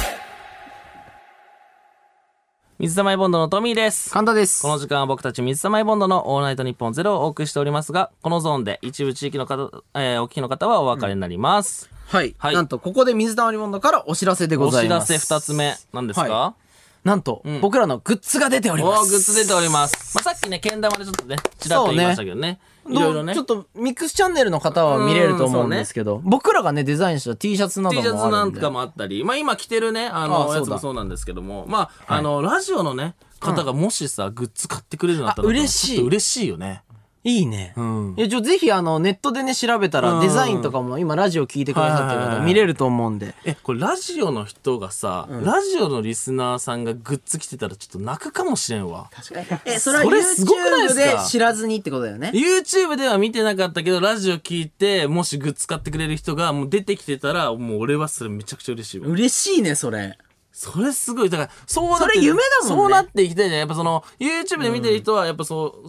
水溜りボンドのトミーです。 神田です。 この時間は僕たち水溜りボンドのオールナイトニッポンゼロをお送りしておりますが、このゾーンで一部地域の方、お聞きの方はお別れになります。 はい。なんと、ここで水溜りボンドからお知らせでございます。 お知らせ2つ目。何ですか？ なんと、僕らのグッズが出ております。 グッズ出ております。まあ、さっきね、けん玉でちょっとね、ちらっと言いましたけどね。いろいろね。 ちょっとミックスチャンネルの方は見れると思うんですけど、僕らがね、デザインした T シャツなどもあるんで。 T シャツなんかもあったり、まあ今着てるね、やつもそうなんですけども、まあ、ラジオのね、方がもしさ、グッズ買ってくれるようになったら、 嬉しい。 ちょっと嬉しいよね。 いいね。いや、ぜひネットでね、調べたら、デザインとかも今ラジオ聞いてくださってる方見れると思うんで。 これラジオの人がさ、ラジオのリスナーさんがグッズ着てたらちょっと泣くかもしれんわ。 確かに。それは YouTube で知らずにってことだよね。 YouTube では見てなかったけど、ラジオ聞いて、もしグッズ買ってくれる人がもう出てきてたら、もう俺はそれめちゃくちゃ嬉しいわ。 嬉しいね、それ。 それすごい。だから、それ夢だもんね。 そうなってきてね、やっぱYouTube で見てる人は、やっぱ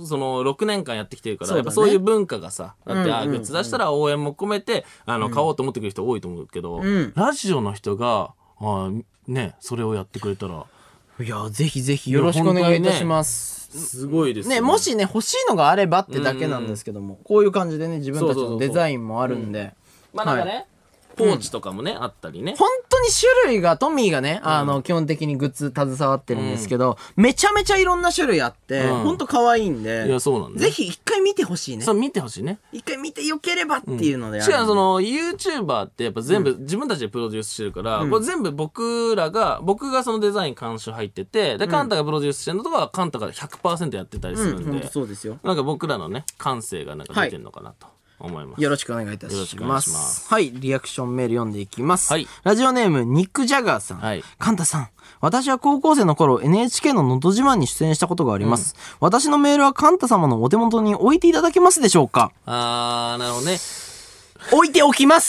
6年間やってきてるから、やっぱそういう文化がさ、だって、グッズ出したら応援も込めて、買おうと思ってくる人多いと思うけど、ラジオの人が、ね、それをやってくれたら。 いや、ぜひぜひよろしくお願いいたします。 すごいですね。 もしね、欲しいのがあればってだけなんですけども、こういう感じでね、自分たちのデザインもあるんで。 まあなんかね、ポーチとかもね、あったりね。 本当に種類が、トミーがね、基本的にグッズ携わってるんですけど、めちゃめちゃいろんな種類あって、本当可愛いんで、 いや、そうなんだ。 ぜひ一回見てほしいね。 そう、見てほしいね。 一回見てよければっていうのである。 しかもYouTuber ってやっぱ全部自分たちでプロデュースしてるから、これ全部僕がそのデザイン監修入ってて、で、カンタがプロデュースしてるのとか、カンタが 100% やってたりするんで、 そうですよ。 なんか僕らのね、感性がなんか出てるのかなと。思います。 よろしくお願いいたします。 よろしくお願いします。 はい、リアクションメール読んでいきます。 はい。 ラジオネーム、ニック・ジャガーさん。 はい。 カンタさん、私は高校生の頃、NHK ののど自慢に出演したことがあります。私のメールはカンタ様のお手元に置いていただけますでしょうか？ なるほどね。 置いておきます。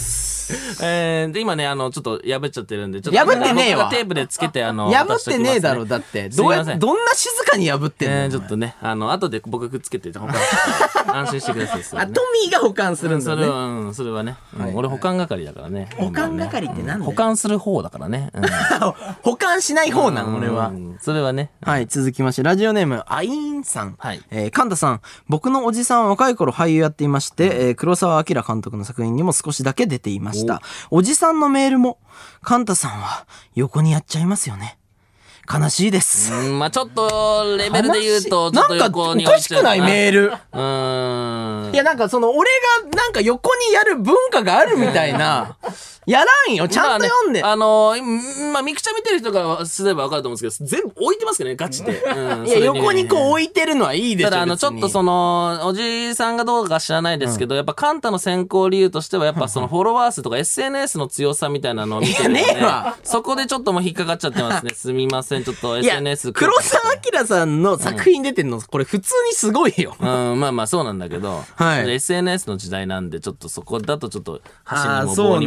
で、今ね、ちょっと破っちゃってるんで、ちょっと。破ってねえわ。 テープでつけて、 破ってねえだろ、だって。どんな静かに破ってんの？ ちょっとね、後で僕くっつけて、安心してください。 トミーが保管するんだね。 それはね。俺保管係だからね。 保管係って何だよ？ 保管する方だからね。 保管しない方なの、俺は。 それはね。 はい、続きまして、ラジオネーム、アイーンさん。 はい。 カンタさん、僕のおじさんは若い頃俳優やっていまして、黒澤明監督の作品にも少しだけ出ていました。おじさんのメールも、カンタさんは横にやっちゃいますよね。悲しいです。 まあちょっと、レベルで言うと、ちょっと横におかしくないメール。いや、なんか俺がなんか横にやる文化があるみたいな。やらんよ、ちゃんと読んで。 まあミクチャ見てる人がすればわかると思うんですけど、全部置いてますけどね、ガチで。 いや、横にこう置いてるのはいいでしょ。 ただちょっとおじさんがどうか知らないですけど、やっぱカンタの選考理由としては、やっぱフォロワー数とか SNS の強さみたいなのを見てるので、そこでちょっともう引っかかっちゃってますね。すみません、ちょっと SNS。 黒澤明さんの作品出てんの、これ普通にすごいよ。 まあまあそうなんだけど、はい。SNS の時代なんで、ちょっとそこだとちょっと、箸にも棒にもって感じ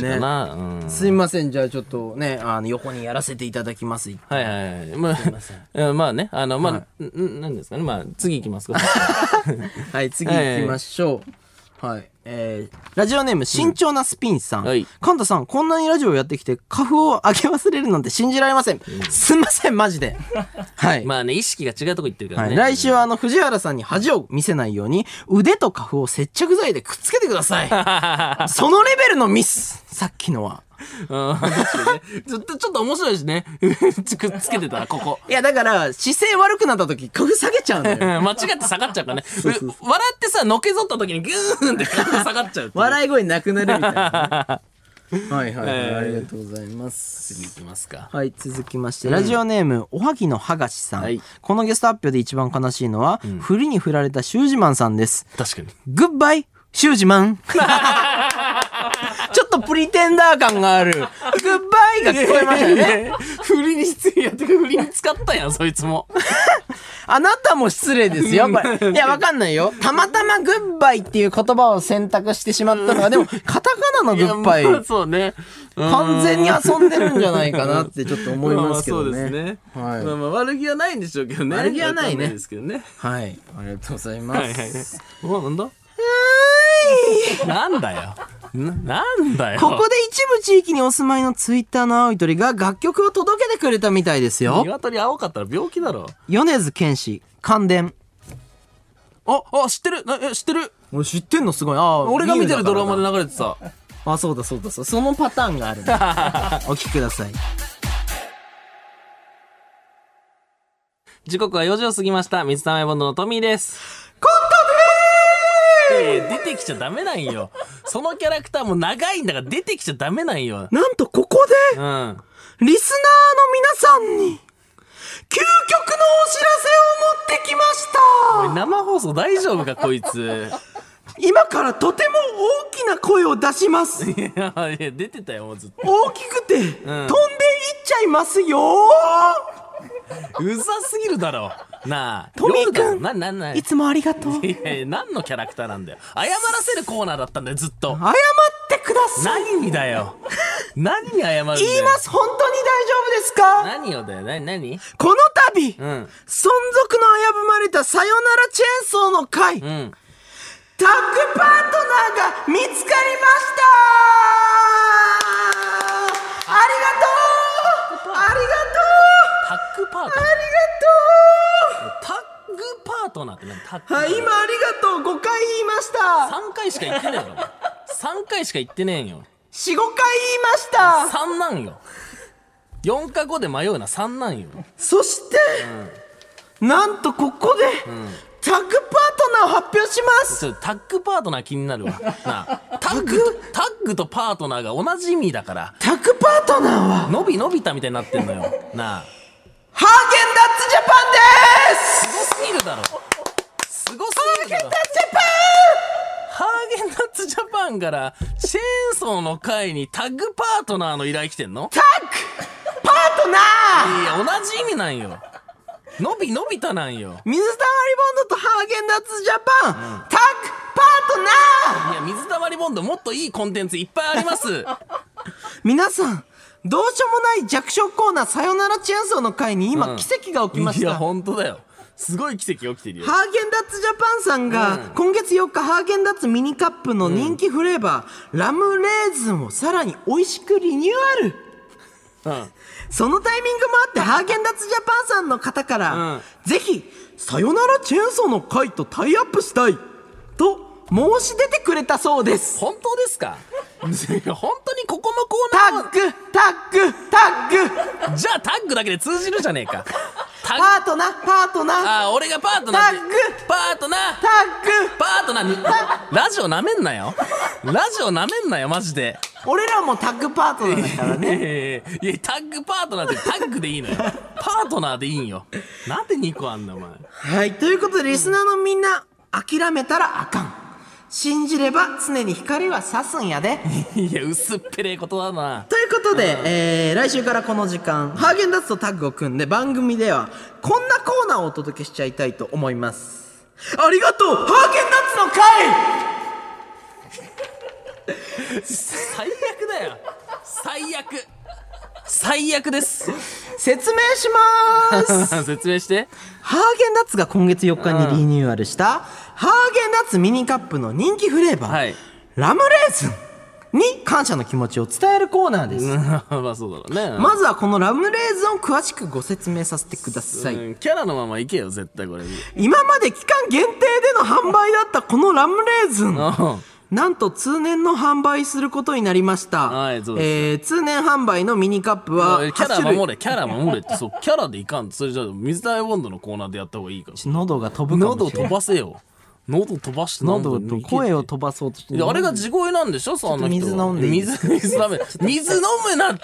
かな、うん、 すいません、じゃあちょっとね横にやらせていただきます。 はいはいはい。まあ、まあね、まあ、なんですかね。まあ、次行きますか。 はい、次行きましょう。はい。ラジオネーム、慎重なスピンさん。 はい。 カンタさん、こんなにラジオをやってきて、花粉を上げ忘れるなんて信じられません。すいません、マジで。はい。 まあね、意識が違うとこ行ってるからね。 はい、来週は藤原さんに恥を見せないように、腕と花粉を接着剤でくっつけてください。そのレベルのミス。さっきのは。 確かにね。ちょっと面白いしね。くっつけてたら、ここ。 いや、だから、姿勢悪くなった時、花粉下げちゃうのよ。 間違って下がっちゃうからね。笑ってさ、のけぞった時にグーンって花粉下がっちゃう。 笑い声なくなるみたいな、ね。はいはい、ありがとうございます。 次いきますか。 はい、続きまして、ラジオネームおはぎのはがしさん、 はい、 このゲスト発表で一番悲しいのは、振りに振られたシュージマンさんです。 確かに。 グッバイシュージマン。ちょっとプリテンダー感があるグッバイが聞こえましたね。 振りに失礼やってか、振りに使ったやん、そいつも。 あなたも失礼ですよ、これ。いや、わかんないよ。たまたまグッバイっていう言葉を選択してしまったのは、でも、カタカナのグッバイ。 そうね。 完全に遊んでるんじゃないかなってちょっと思いますけどね。 そうですね。 はい。 まあ悪気はないんでしょうけどね。 悪気はないね。 ですけどね。 はい。ありがとうございます。はいはいはい。 なんだ？なんだよ。なんだよ。 ここで一部地域にお住まいのツイッターの青い鳥が楽曲を届けてくれたみたいですよ。 鶏青かったら病気だろ。 米津玄師、感電。 あ、知ってる。知ってる。 俺知ってんのすごい。 俺が見てるドラマで流れてた。 あ、そうだそうだそう。そのパターンがあるね。お聞きください。 時刻は4時を過ぎました。水溜りボンドのトミーです。 コントでーす。出てきちゃダメなんよ。そのキャラクターも長いんだから出てきちゃダメなんよ。 なんとここで、リスナーの皆さんに、究極のお知らせを持ってきました。 生放送大丈夫かこいつ。 今からとても大きな声を出します。 いや出てたよもうずっと。 大きくて、飛んでいっちゃいますよ。 うざすぎるだろ。なあトミーくん、いつもありがとう。 いや何のキャラクターなんだよ。謝らせるコーナーだったんだよずっと。 謝ってください。 何にだよ。何に謝るんだよ。 言います。本当に大丈夫ですか？ 何をだよ。何この度、存続の危ぶまれたさよならチェーンソーの会、タッグパートナーが見つかりました。ありがとう。ありがとう。 タッグパートナー。 ありがとう。 タッグパートナーって何？タッグ。 はい、今ありがとう5回言いました。 3回しか言ってねえよ。3回しか言ってねえよ。 4、5回言いました。 3なんよ。4か5で迷うな。3なんよ。 そして、なんとここで、タッグパートナーを発表します。 タッグパートナー気になるわ。なあ、タッグとパートナーが同じ意味だから。 タッグパートナーは伸びたみたいになってんのよ。なあ。 ハーゲンダッツジャパンです。 すごすぎるだろ。すごすぎるだろ。ハーゲンダッツジャパンからチェーンソーの会にタッグパートナーの依頼来てんの？ タッグパートナー。 いや同じ意味なんよ。伸びたなんよ。 水溜りボンドとハーゲンダッツジャパン、タッグパートナー。 いや水溜りボンドもっといいコンテンツいっぱいあります。 皆さんどうしようもない弱小コーナーさよならチェーンソーの会に今、奇跡が起きました。 いや本当だよ。すごい奇跡起きてるよ。 ハーゲンダッツジャパンさんが、今月4日ハーゲンダッツミニカップの人気フレーバー、ラムレーズンをさらに美味しくリニューアル。そのタイミングもあってハーゲンダッツジャパンさんの方から、ぜひさよならチェーンソーの会とタイアップしたいと申し出てくれたそうです。 本当ですか？本当にここのコーナータッグじゃあタッグだけで通じるじゃねえか。 パートナー。 あ、俺がパートナー。 タッグパートナーラジオなめんなよ。マジで。 俺らもタッグパートナーだからね。 いやタッグパートナーってタッグでいいのよ。パートナーでいいんよ。なんで2個あんだお前。 はい、ということでリスナーのみんな、諦めたらあかん。信じれば常に光は差すんやで。 いや薄っぺれえことだな。 ということで、来週からこの時間ハーゲンダッツとタッグを組んで番組ではこんなコーナーをお届けしちゃいたいと思います。ありがとうハーゲンダッツの会。 最悪だよ。最悪です。 説明します説明して。 ハーゲンダッツが今月4日にリニューアルしたハーゲンダッツミニカップの人気フレーバー、 はい、 ラムレーズンに感謝の気持ちを伝えるコーナーです。 まあそうだろうね。 まずはこのラムレーズンを詳しくご説明させてください。 キャラのままいけよ絶対これ。 今まで期間限定での販売だったこのラムレーズンなんと通年の販売することになりました。 はい、そうです。 通年販売のミニカップはキャラ守れってそうキャラでいかん。それじゃあ水溜りボンドのコーナーでやった方がいいから。 喉が飛ぶかもしれない。 喉飛ばせよ。喉飛ばして喉と声を飛ばそうとして。 あれが地声なんでしょ。そんな人。 水飲んでいい。 水飲むなって。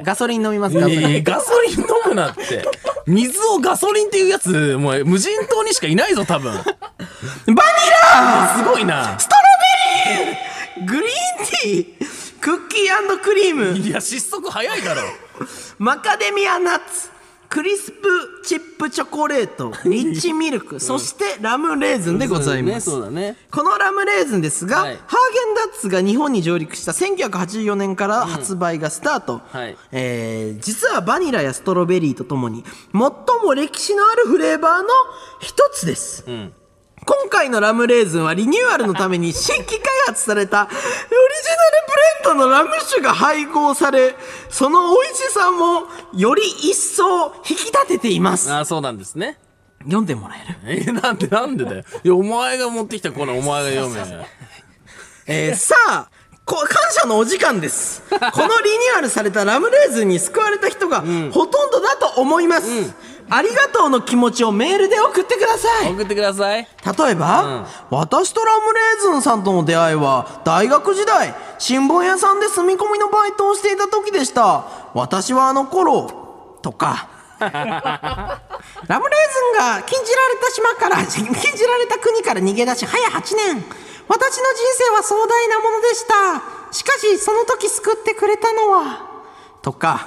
ガソリン飲みますか。 ガソリン飲むなって。水をガソリンっていうやつもう無人島にしかいないぞ多分。バニラすごいな。 ストロベリーグリーンティー、クッキー&クリーム。 いや失速早いだろ。 マカデミアナッツ、クリスプチップチョコレート、リッチミルク、そしてラムレーズンでございます。 そうだね。 このラムレーズンですが、 はい、 ハーゲンダッツが日本に上陸した1984年から発売がスタート。 はい、 実はバニラやストロベリーとともに最も歴史のあるフレーバーの一つです。今回のラムレーズンはリニューアルのために新規開発されたオリジナルブレンドのラム酒が配合され、その美味しさもより一層引き立てています。 ああ、そうなんですね。 読んでもらえる？ なんでだよ。いや、お前が持ってきたコーナーお前が読め。 さあ、感謝のお時間です。このリニューアルされたラムレーズンに救われた人がほとんどだと思います。ありがとうの気持ちをメールで送ってください。 送ってください。 例えば、私とラムレーズンさんとの出会いは大学時代、新聞屋さんで住み込みのバイトをしていた時でした。私はあの頃とかラムレーズンが禁じられた国から逃げ出し早8年。私の人生は壮大なものでした。しかしその時救ってくれたのはとか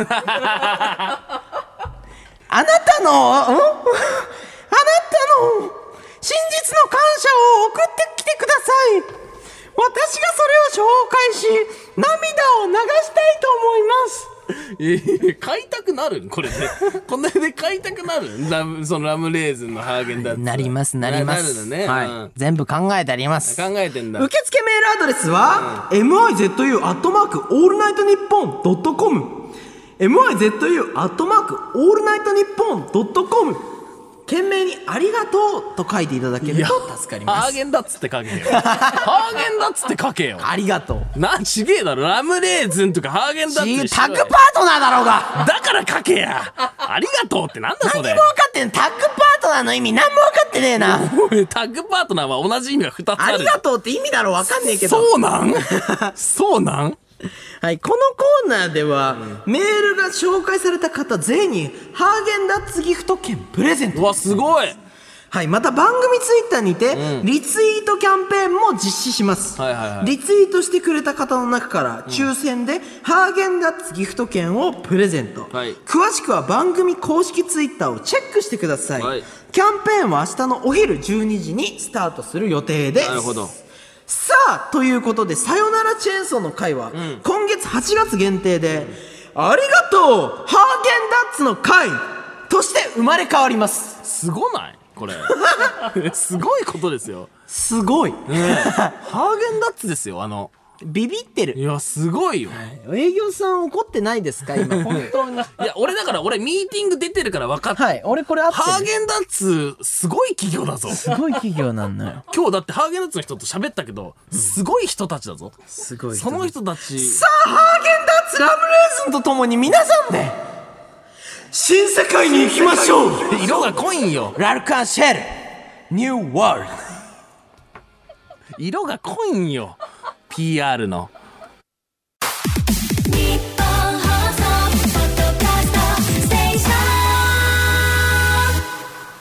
あなたの真実の感謝を送ってきてください。私がそれを紹介し涙を流したいと思います。 買いたくなるこれでこんなで買いたくなるそのラムレーズンのハーゲンダッツ。 なりますなるね、 はい、全部考えてあります。 考えてんだ。 受付メールアドレスは、mizu@allnightnippon.com mizu@allnightnippon.com 懸命にありがとうと書いていただけると助かります。 ハーゲンダッツって書けよ。ハーゲンダッツって書けよ。 ありがとう。 ちげえだろ。ラムレーズンとかハーゲンダッツタッグパートナーだろうが。 だから書けや。ありがとうってなんだそれ。 何も分かってん。タッグパートナーの意味何も分かってねえな。 タッグパートナーは同じ意味が2つある。 ありがとうって意味だろ分かんねえけど。 そうなんはい、このコーナーでは、メールが紹介された方全員にハーゲンダッツギフト券プレゼント。 うわすごい。 はい、また番組ツイッターにて、リツイートキャンペーンも実施します。リツイートしてくれた方の中から抽選でハーゲンダッツギフト券をプレゼント。詳しくは番組公式ツイッターをチェックしてください。キャンペーンは明日のお昼12時にスタートする予定です。 なるほど。 さあ、ということで、さよならチェーンソーの会は、今月8月限定で、ありがとうハーゲンダッツの会として生まれ変わります。 すごないこれ。すごいことですよ。 すごい。 ハーゲンダッツですよ。 ビビってる。 いやすごいよ。 営業さん怒ってないですか今本当に。いや俺だからミーティング出てるから分かった。 はい、俺これあって、 ハーゲンダッツすごい企業だぞ。 すごい企業なんだよ。 今日だってハーゲンダッツの人と喋ったけど、すごい人たちだぞ。 すごいその人たち。 さあハーゲンダッツラムレーズンとともに皆さんで新世界に行きましょう。 色が濃いんよ。 ラルカンシェルニューワールド。 色が濃いんよ。PR の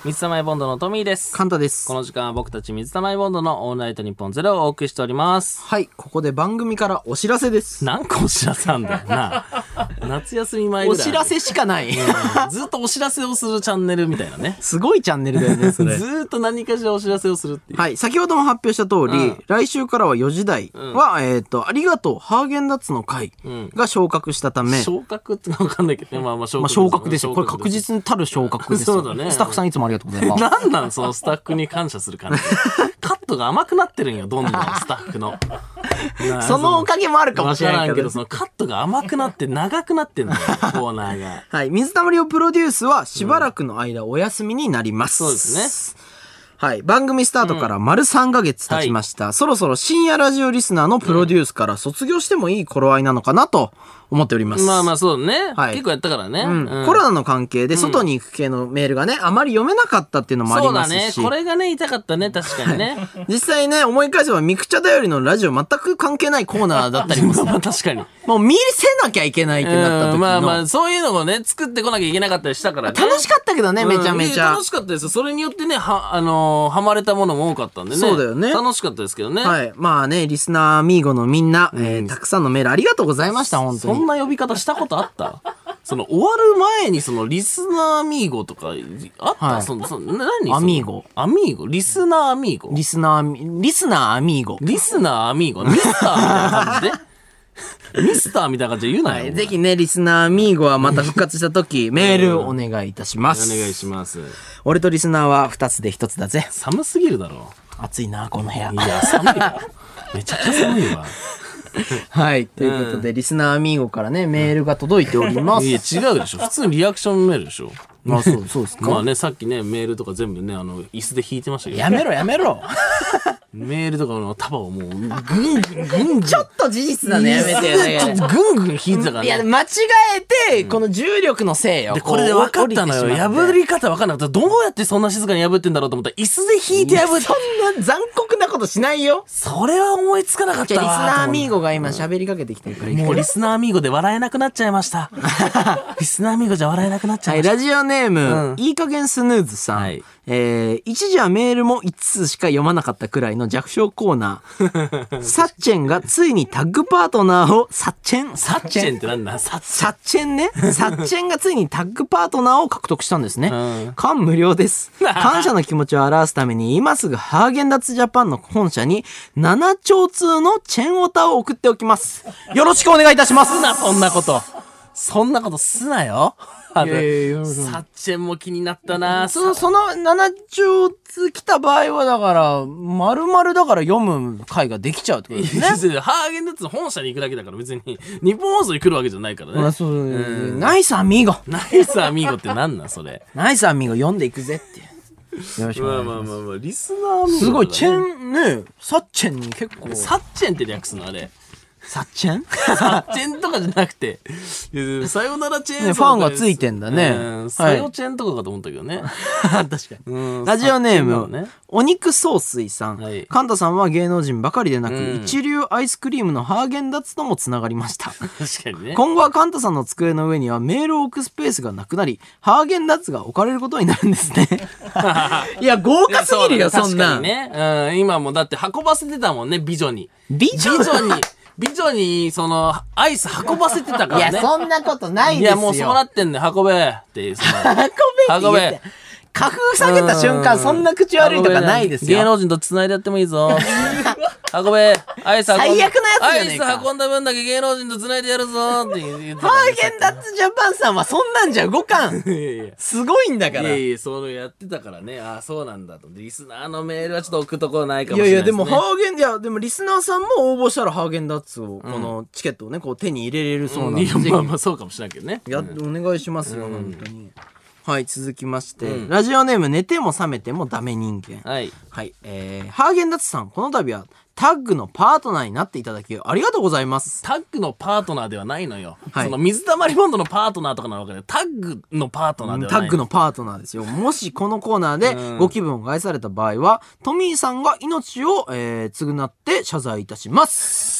水溜りボンドのトミーです。 カンタです。 この時間は僕たち水溜りボンドのオールナイトニッポンゼロをお送りしております。 はい、ここで番組からお知らせです。 何個お知らせなんだよな。夏休み前ぐらい。 お知らせしかない。 ずっとお知らせをするチャンネルみたいなね。 すごいチャンネルだよね、それ。 ずっと何かしらお知らせをするっていう。 はい、先ほども発表した通り、来週からは4時台は、ありがとう、ハーゲンダッツの会が昇格したため。 昇格ってわかんないけどね。まあ昇格ですよ。これ確実にたる昇格ですよ。 そうだね。 スタッフさんいつもありがとうございます。 なんなんそのスタッフに感謝する感じ。カットが甘くなってるんよ、どんどんスタッフの。 そのおかげもあるかもしれないけど、 そのカットが甘くなって長くなってんだよ、コーナーが。 はい、水溜りをプロデュースはしばらくの間お休みになります。 そうですね。 はい。番組スタートから丸3ヶ月経ちました。そろそろ深夜ラジオリスナーのプロデュースから卒業してもいい頃合いなのかなと思っております。 まあまあそうね。 はい、 結構やったからね。 コロナの関係で外に行く系のメールがね、あまり読めなかったっていうのもありますし。 そうだね。これがね、痛かったね。確かにね。 実際ね、思い返せばミクチャだよりのラジオ全く関係ないコーナーだったりもまあ確かに。 もう見せなきゃいけないってなった時の。 まあまあ、そういうのもね、作ってこなきゃいけなかったりしたからね。 楽しかったけどね、めちゃめちゃ。 楽しかったですよ。それによってね、はまれたものも多かったんでね。 そうだよね。 楽しかったですけどね。 はい。まあね、リスナーアミーゴのみんな、たくさんのメールありがとうございました、本当に。 そんな呼び方したことあったその、終わる前にその、リスナーアミーゴとか、あった、はい、何アミーゴ。 アミーゴリスナーアミーゴリスナーアミーゴ。リスナーアミーゴ。 ミスターみたいな感じでミスターみたいな感じで言うなよ。 はい、ぜひね、リスナーアミーゴはまた復活した時、メールお願いいたします。 お願いします。 俺とリスナーは2つで1つだぜ。 寒すぎるだろ。 暑いな、この部屋。 いや、寒いわ。めちゃくちゃ寒いわ。 はい。ということで、リスナーアミーゴからね、メールが届いております。 いや、違うでしょ。普通にリアクションメールでしょ。 まあ、そうですか。 まあね、さっきね、メールとか全部ね、椅子で引いてましたけど。 やめろ。 メールとかの束をもう、ぐんちょっと事実なのやめてよ。 ちょっとぐんぐん引いてたからね。 いや、間違えて、この重力のせいよ。 で、これで分かったのよ。破り方分かんなかった。どうやってそんな静かに破ってんだろうと思ったら、椅子で引いて破って。 そんな残酷なことしないよ。 それは思いつかなかったわ。 リスナーアミーゴが今喋りかけてきてくれる。 もうリスナーアミーゴで笑えなくなっちゃいました。リスナーアミーゴじゃ笑えなくなっちゃいました。 はい、ラジオネーム、いい加減スヌーズさん。はい、一時はメールも5つしか読まなかったくらいの弱小コーナー。サッチェンがついにタッグパートナーを、サッチェンってなんだサッチェンね。サッチェンがついにタッグパートナーを獲得したんですね。感無量です。感謝の気持ちを表すために今すぐハーゲンダッツジャパンの本社に7兆通のチェンオタを送っておきます。よろしくお願いいたします。 そんなことすなよ。サッチェンも気になったな。 その7兆通来た場合はだから、丸々だから読む回ができちゃうってことですね。 ハーゲンダッツの本社に行くだけだから別に、日本放送に来るわけじゃないからね。 ナイスアミーゴ。 ナイスアミーゴってなんなんそれ。 ナイスアミーゴ読んでいくぜって。よろしくお願いします。 まあ、リスナーアミーゴ、ね。 すごい、チェンね、サッチェンに結構。 サッチェンって略すのあれ。 サッチェンサッチェンとかじゃなくて、さよならチェーン、 ね、ファンがついてんだね。 さよチェーンとかかと思ったけどね。 確かに。ラジオネーム、お肉総帥さん。カンタさんは芸能人ばかりでなく、一流アイスクリームのハーゲンダッツともつながりました。 確かにね。 今後はカンタさんの机の上にはメールを置くスペースがなくなり、ハーゲンダッツが置かれることになるんですね。いや、豪華すぎるよ、そんな。 確かにね。今もだって運ばせてたもんね、美女に。 美女に、アイス運ばせてたからね。 いや、そんなことないですよ。 いや、もうそうなってんね運べって。 運べ。花粉下げた瞬間、そんな口悪いとかないですよ。 芸能人と繋いでやってもいいぞ。運べ。アイス最悪なやつじゃねえか。 アイス運んだ分だけ芸能人と繋いでやるぞって言ってた。 ハーゲンダッツジャパンさんはそんなんじゃ動かん。すごいんだから。 いや、そうやってたからね。ああ、そうなんだと。リスナーのメールはちょっと送るところないかもしれないですね。 でもでもリスナーさんも応募したらハーゲンダッツを、このチケットをね、こう手に入れれるそうなんで。 まあそうかもしれないけどね。 お願いしますよ、本当に。はい、続きまして、ラジオネーム寝ても覚めてもダメ人間。 はい。 はい、ハーゲンダッツさん、この度はタッグのパートナーになっていただきありがとうございます。 タッグのパートナーではないのよ。はい、その水溜りボンドのパートナーとかなわけで、タッグのパートナーではない。 タッグのパートナーですよ。もしこのコーナーでご気分を害された場合は、トミーさんが命を、償って謝罪いたします。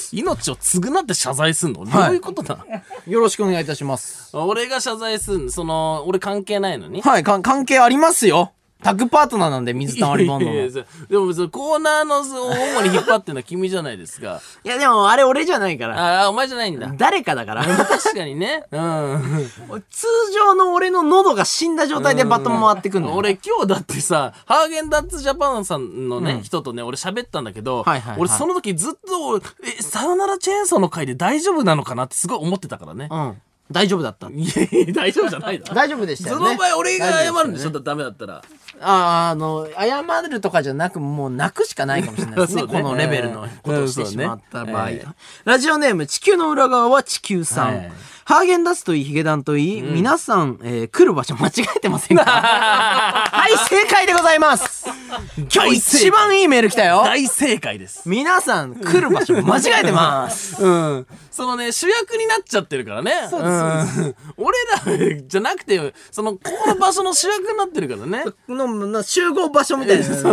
命を償って謝罪すんの、どういうことだ。 よろしくお願いいたします。 俺が謝罪すんの、俺関係ないのに。 はい、関係ありますよ。タッグパートナーなんで、水溜りボンドの。 でもそのコーナーの主に引っ張ってるのは君じゃないですか。 いやでもあれ俺じゃないから。 あ、お前じゃないんだ。 誰かだから。 確かにね。うん。 通常の俺の喉が死んだ状態でバトン回ってくんの。 俺今日だってさ、ハーゲンダッツジャパンさんのね、人とね、俺喋ったんだけど、俺その時ずっと、さよならチェーンソーの回で大丈夫なのかなってすごい思ってたからね。 うん。大丈夫だった。 いやいや、大丈夫じゃないだろ。 大丈夫でしたよね。 その場合俺が謝るんでしょ、ダメだったら。 謝るとかじゃなく、もう泣くしかないかもしれないですね。このレベルのことをしてしまった場合。ラジオネーム、地球の裏側は地球さん。ハーゲンダッツといい、ヒゲダンといい、皆さん、来る場所間違えてませんか？はい、正解でございます。今日一番いいメール来たよ。 大正解です。 皆さん、来る場所間違えてます。 うん。そのね、主役になっちゃってるからね。そうです。俺らじゃなくて、この場所の主役になってるからね。 集合場所みたいな。 そう。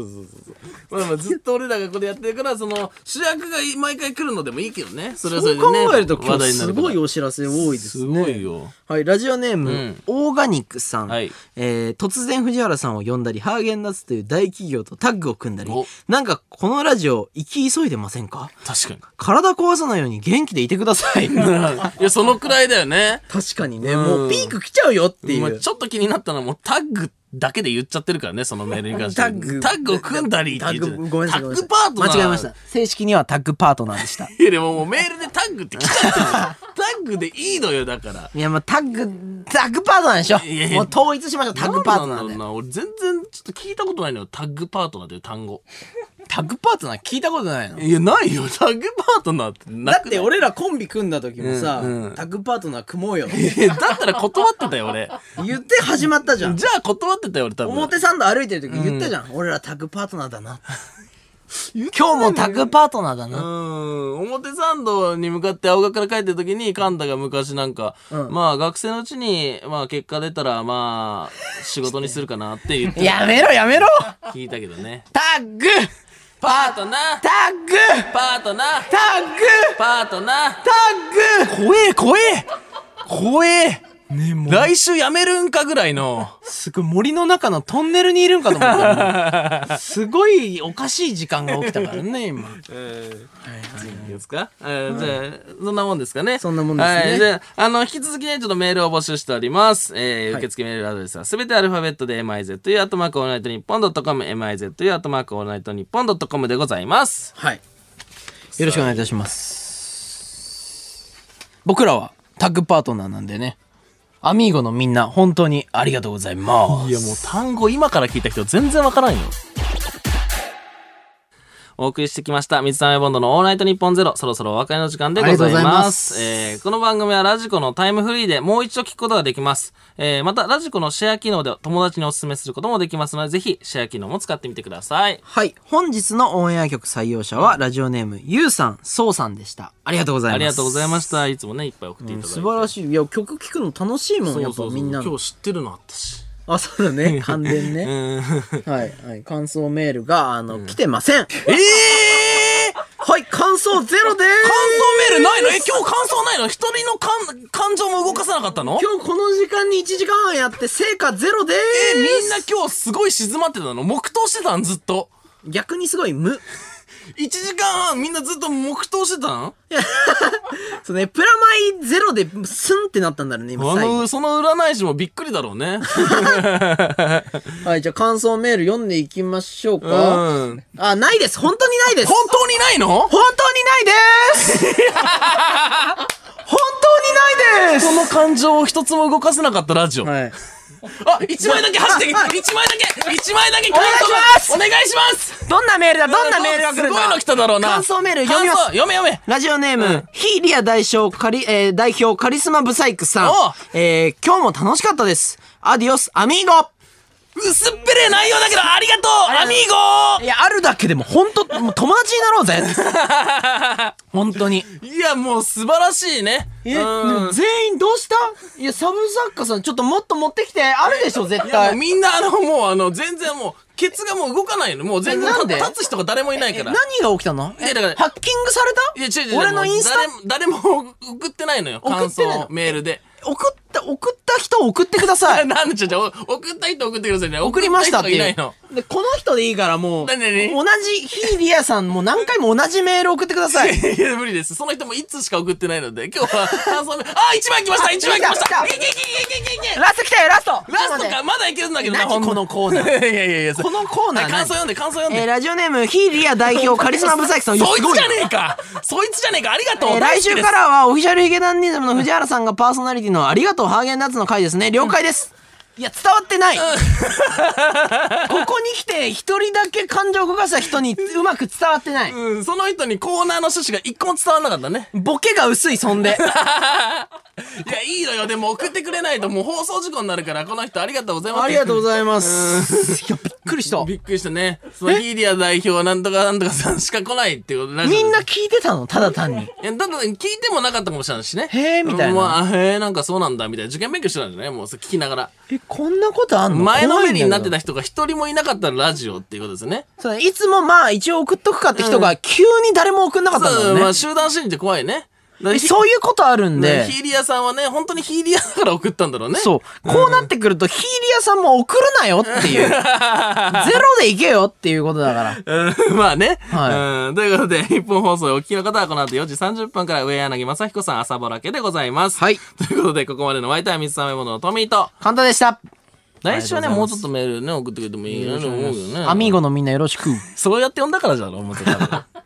まあずっと俺らがこれやってるから、主役が毎回来るのでもいいけどね。それはそれでね。 そう考えると今日すごいお知らせ多いですね。 すごいよ。 はい、ラジオネーム、オーガニックさん。突然藤原さんを呼んだり、ハーゲンダッツという大企業とタッグを組んだり、なんかこのラジオ、生き急いでませんか？ 確かに。 体壊さないように元気でいてください。 いや、そのくらいだよね。 確かにね、もうピーク来ちゃうよっていう。 ちょっと気になったのはもうタッグだけで言っちゃってるからね、そのメールに関して。タッグを組んだりって言ってる。 ごめんなさい。 タッグパートナー。 間違えました。正式にはタッグパートナーでした。 いやでももうメールでタッグって来ちゃってる。タッグでいいのよ、だから。 いやもうタッグパートナーでしょ。もう統一しましょう、タッグパートナーで。 俺全然ちょっと聞いたことないのよ、タッグパートナーという単語。 タッグパートナー聞いたことないの？ いや、ないよ。タッグパートナーってだって俺らコンビ組んだ時もさ、タッグパートナー組もうよ。だったら断ってたよ、俺。 言って始まったじゃん。 じゃあ断ってたよ、俺多分。 表参道歩いてる時言ったじゃん。俺らタッグパートナーだな。今日もタッグパートナーだな。 表参道に向かって青学から帰ってる時に、神田が昔なんか、まあ学生のうちに、まあ結果出たら、まあ、仕事にするかなって言って。 やめろ聞いたけどね。 タッグパートナータッグパートナータッグパートナータッグ怖えね、もう来週やめるんかぐらいのすごい森の中のトンネルにいるんかと思ったすごいおかしい時間が起きたからね今。 いいですか？じゃあそんなもんですかね。 そんなもんですね。 はい、じゃあ引き続きねちょっとメールを募集しております。受付メールアドレスはすべてアルファベットで mizu@allnightnippon.com mizu@allnightnippon.com でございます。 はい。よろしくお願いいたします。僕らはタッグパートナーなんでね。アミーゴのみんな本当にありがとうございます。 いやもう単語今から聞いた人全然わからんよ。お送りしてきました水溜りボンドのオールナイトニッポンゼロ、そろそろお別れの時間でございます。この番組はラジコのタイムフリーでもう一度聞くことができます。またラジコのシェア機能で友達にお勧めすることもできますので、ぜひシェア機能も使ってみてください。 はい。本日のオンエア曲採用者はラジオネームゆうさん、そうさんでした。ありがとうございます。 ありがとうございました。いつもねいっぱい送っていただいて、 素晴らしい。いや曲聴くの楽しいもん。やっぱみんな今日知ってるのあったし。 あ、そうだね。関連ね。はいはい。感想メールが来てません。はい、感想ゼロでーす。 感想メールないの？今日感想ないの？一人の感情も動かさなかったの？ 今日この時間に1時間半やって成果ゼロでーす。 みんな今日すごい静まってたの？黙祷してたん？ずっと。 逆にすごい無。 1時間半みんなずっと黙祷してたん？ いやそうね、プラマイゼロでスンってなったんだろうね、今最後。 その占い師もびっくりだろうね。 はい、じゃあ感想メール読んでいきましょうか。あ、ないです。本当にないです。 本当にないの？ 本当にないです本当にないです。 その感情を一つも動かせなかったラジオ。 はい。 あ、1枚だけ走って1枚だけお願いします。 どんなメールだ？どんなメールが来るんだ？ すごいの来ただろうな。 感想メール読みます。 読め。 ラジオネーム、ヒーリア代表カリスマブサイクさん。今日も楽しかったです。アディオス、アミーゴ。 薄っぺれ内容だけどありがとうアミーゴ。 いや、あるだけでも本当友達になろうぜ。本当に。 いや、もう素晴らしいね。 全員どうした？いや、サブ作家さんちょっともっと持ってきて。あるでしょ絶対。 みんなもう全然もうケツがもう動かないの。もう全然なんで立つ人が誰もいないから。 何が起きたの？ だからハッキングされた？ いや、違う違う。 俺のインスタ誰も送ってないのよ。感送ってないの想、メールで。 送った人送ってください。 なんで送った人送ってくださいね。 送りましたっていう。 送った人がいないの。 で、この人でいいからもう、同何じ、ヒーリアさんも何回も同じメール送ってください。 いや、無理です。その人も1通しか送ってないので、今日は感想メール、あ、1枚来ました !1 枚来ましたいけいけいけいけいけラスト来たよ、ラストラストか、まだいけるんだけどな、 何このコーナー。 いやいやいや、 このコーナー感想読んで、感想読んで。 ラジオネーム、ヒーリア代表、カリスマブサイクさん。 そいつじゃねえかそいつじゃねえかありがとう来週からは、オフィシャルヒゲダンディズムの藤原さんがパーソナリティのありがとうハーゲンダッツの回ですね。了解です。いや、伝わってない。ここに来て、一人だけ感情を動かした人にうまく伝わってない。 うん、その人にコーナーの趣旨が一個も伝わんなかったね。 ボケが薄い、そんで。 いや、いいのよ。でも送ってくれないともう放送事故になるから、この人ありがとうございます。 ありがとうございます。いや、びっくりした。 びっくりしたね。そのヒーリア代表はなんとかなんとかさんしか来ないっていうこと。 みんな聞いてたの？ただ単に。 いや、ただ聞いてもなかったかもしれないしね。 へーみたいなまあ、へーなんかそうなんだみたいな。受験勉強してたんじゃないもうそれ聞きながら。 こんなことあんの？ 前のめりになってた。 た人が一人もいなかったらラジオっていうことですね。 そう、いつもまあ一応送っとくかって人が急に誰も送んなかったんだそう、 よね。 まあ集団心理って怖いね。だからそういうことあるんで。 ヒーリアさんはね、本当にヒーリアだから送ったんだろうね。 そう。こうなってくると、ヒーリアさんも送るなよっていう。ゼロでいけよっていうことだから。 まあね。 はということで、日本放送をお聞きの方はこの後4時30分から上柳正彦さん朝ぼらけでございます。 はい。 ということで、ここまでのワイター水溜りボンドのトミーと、 簡単でした。 来週はね、 ありがとうございますもうちょっとメールね、送ってくれてもいいなと思うよね。 アミーゴのみんなよろしく。 そうやって呼んだからじゃろ、思ってたから。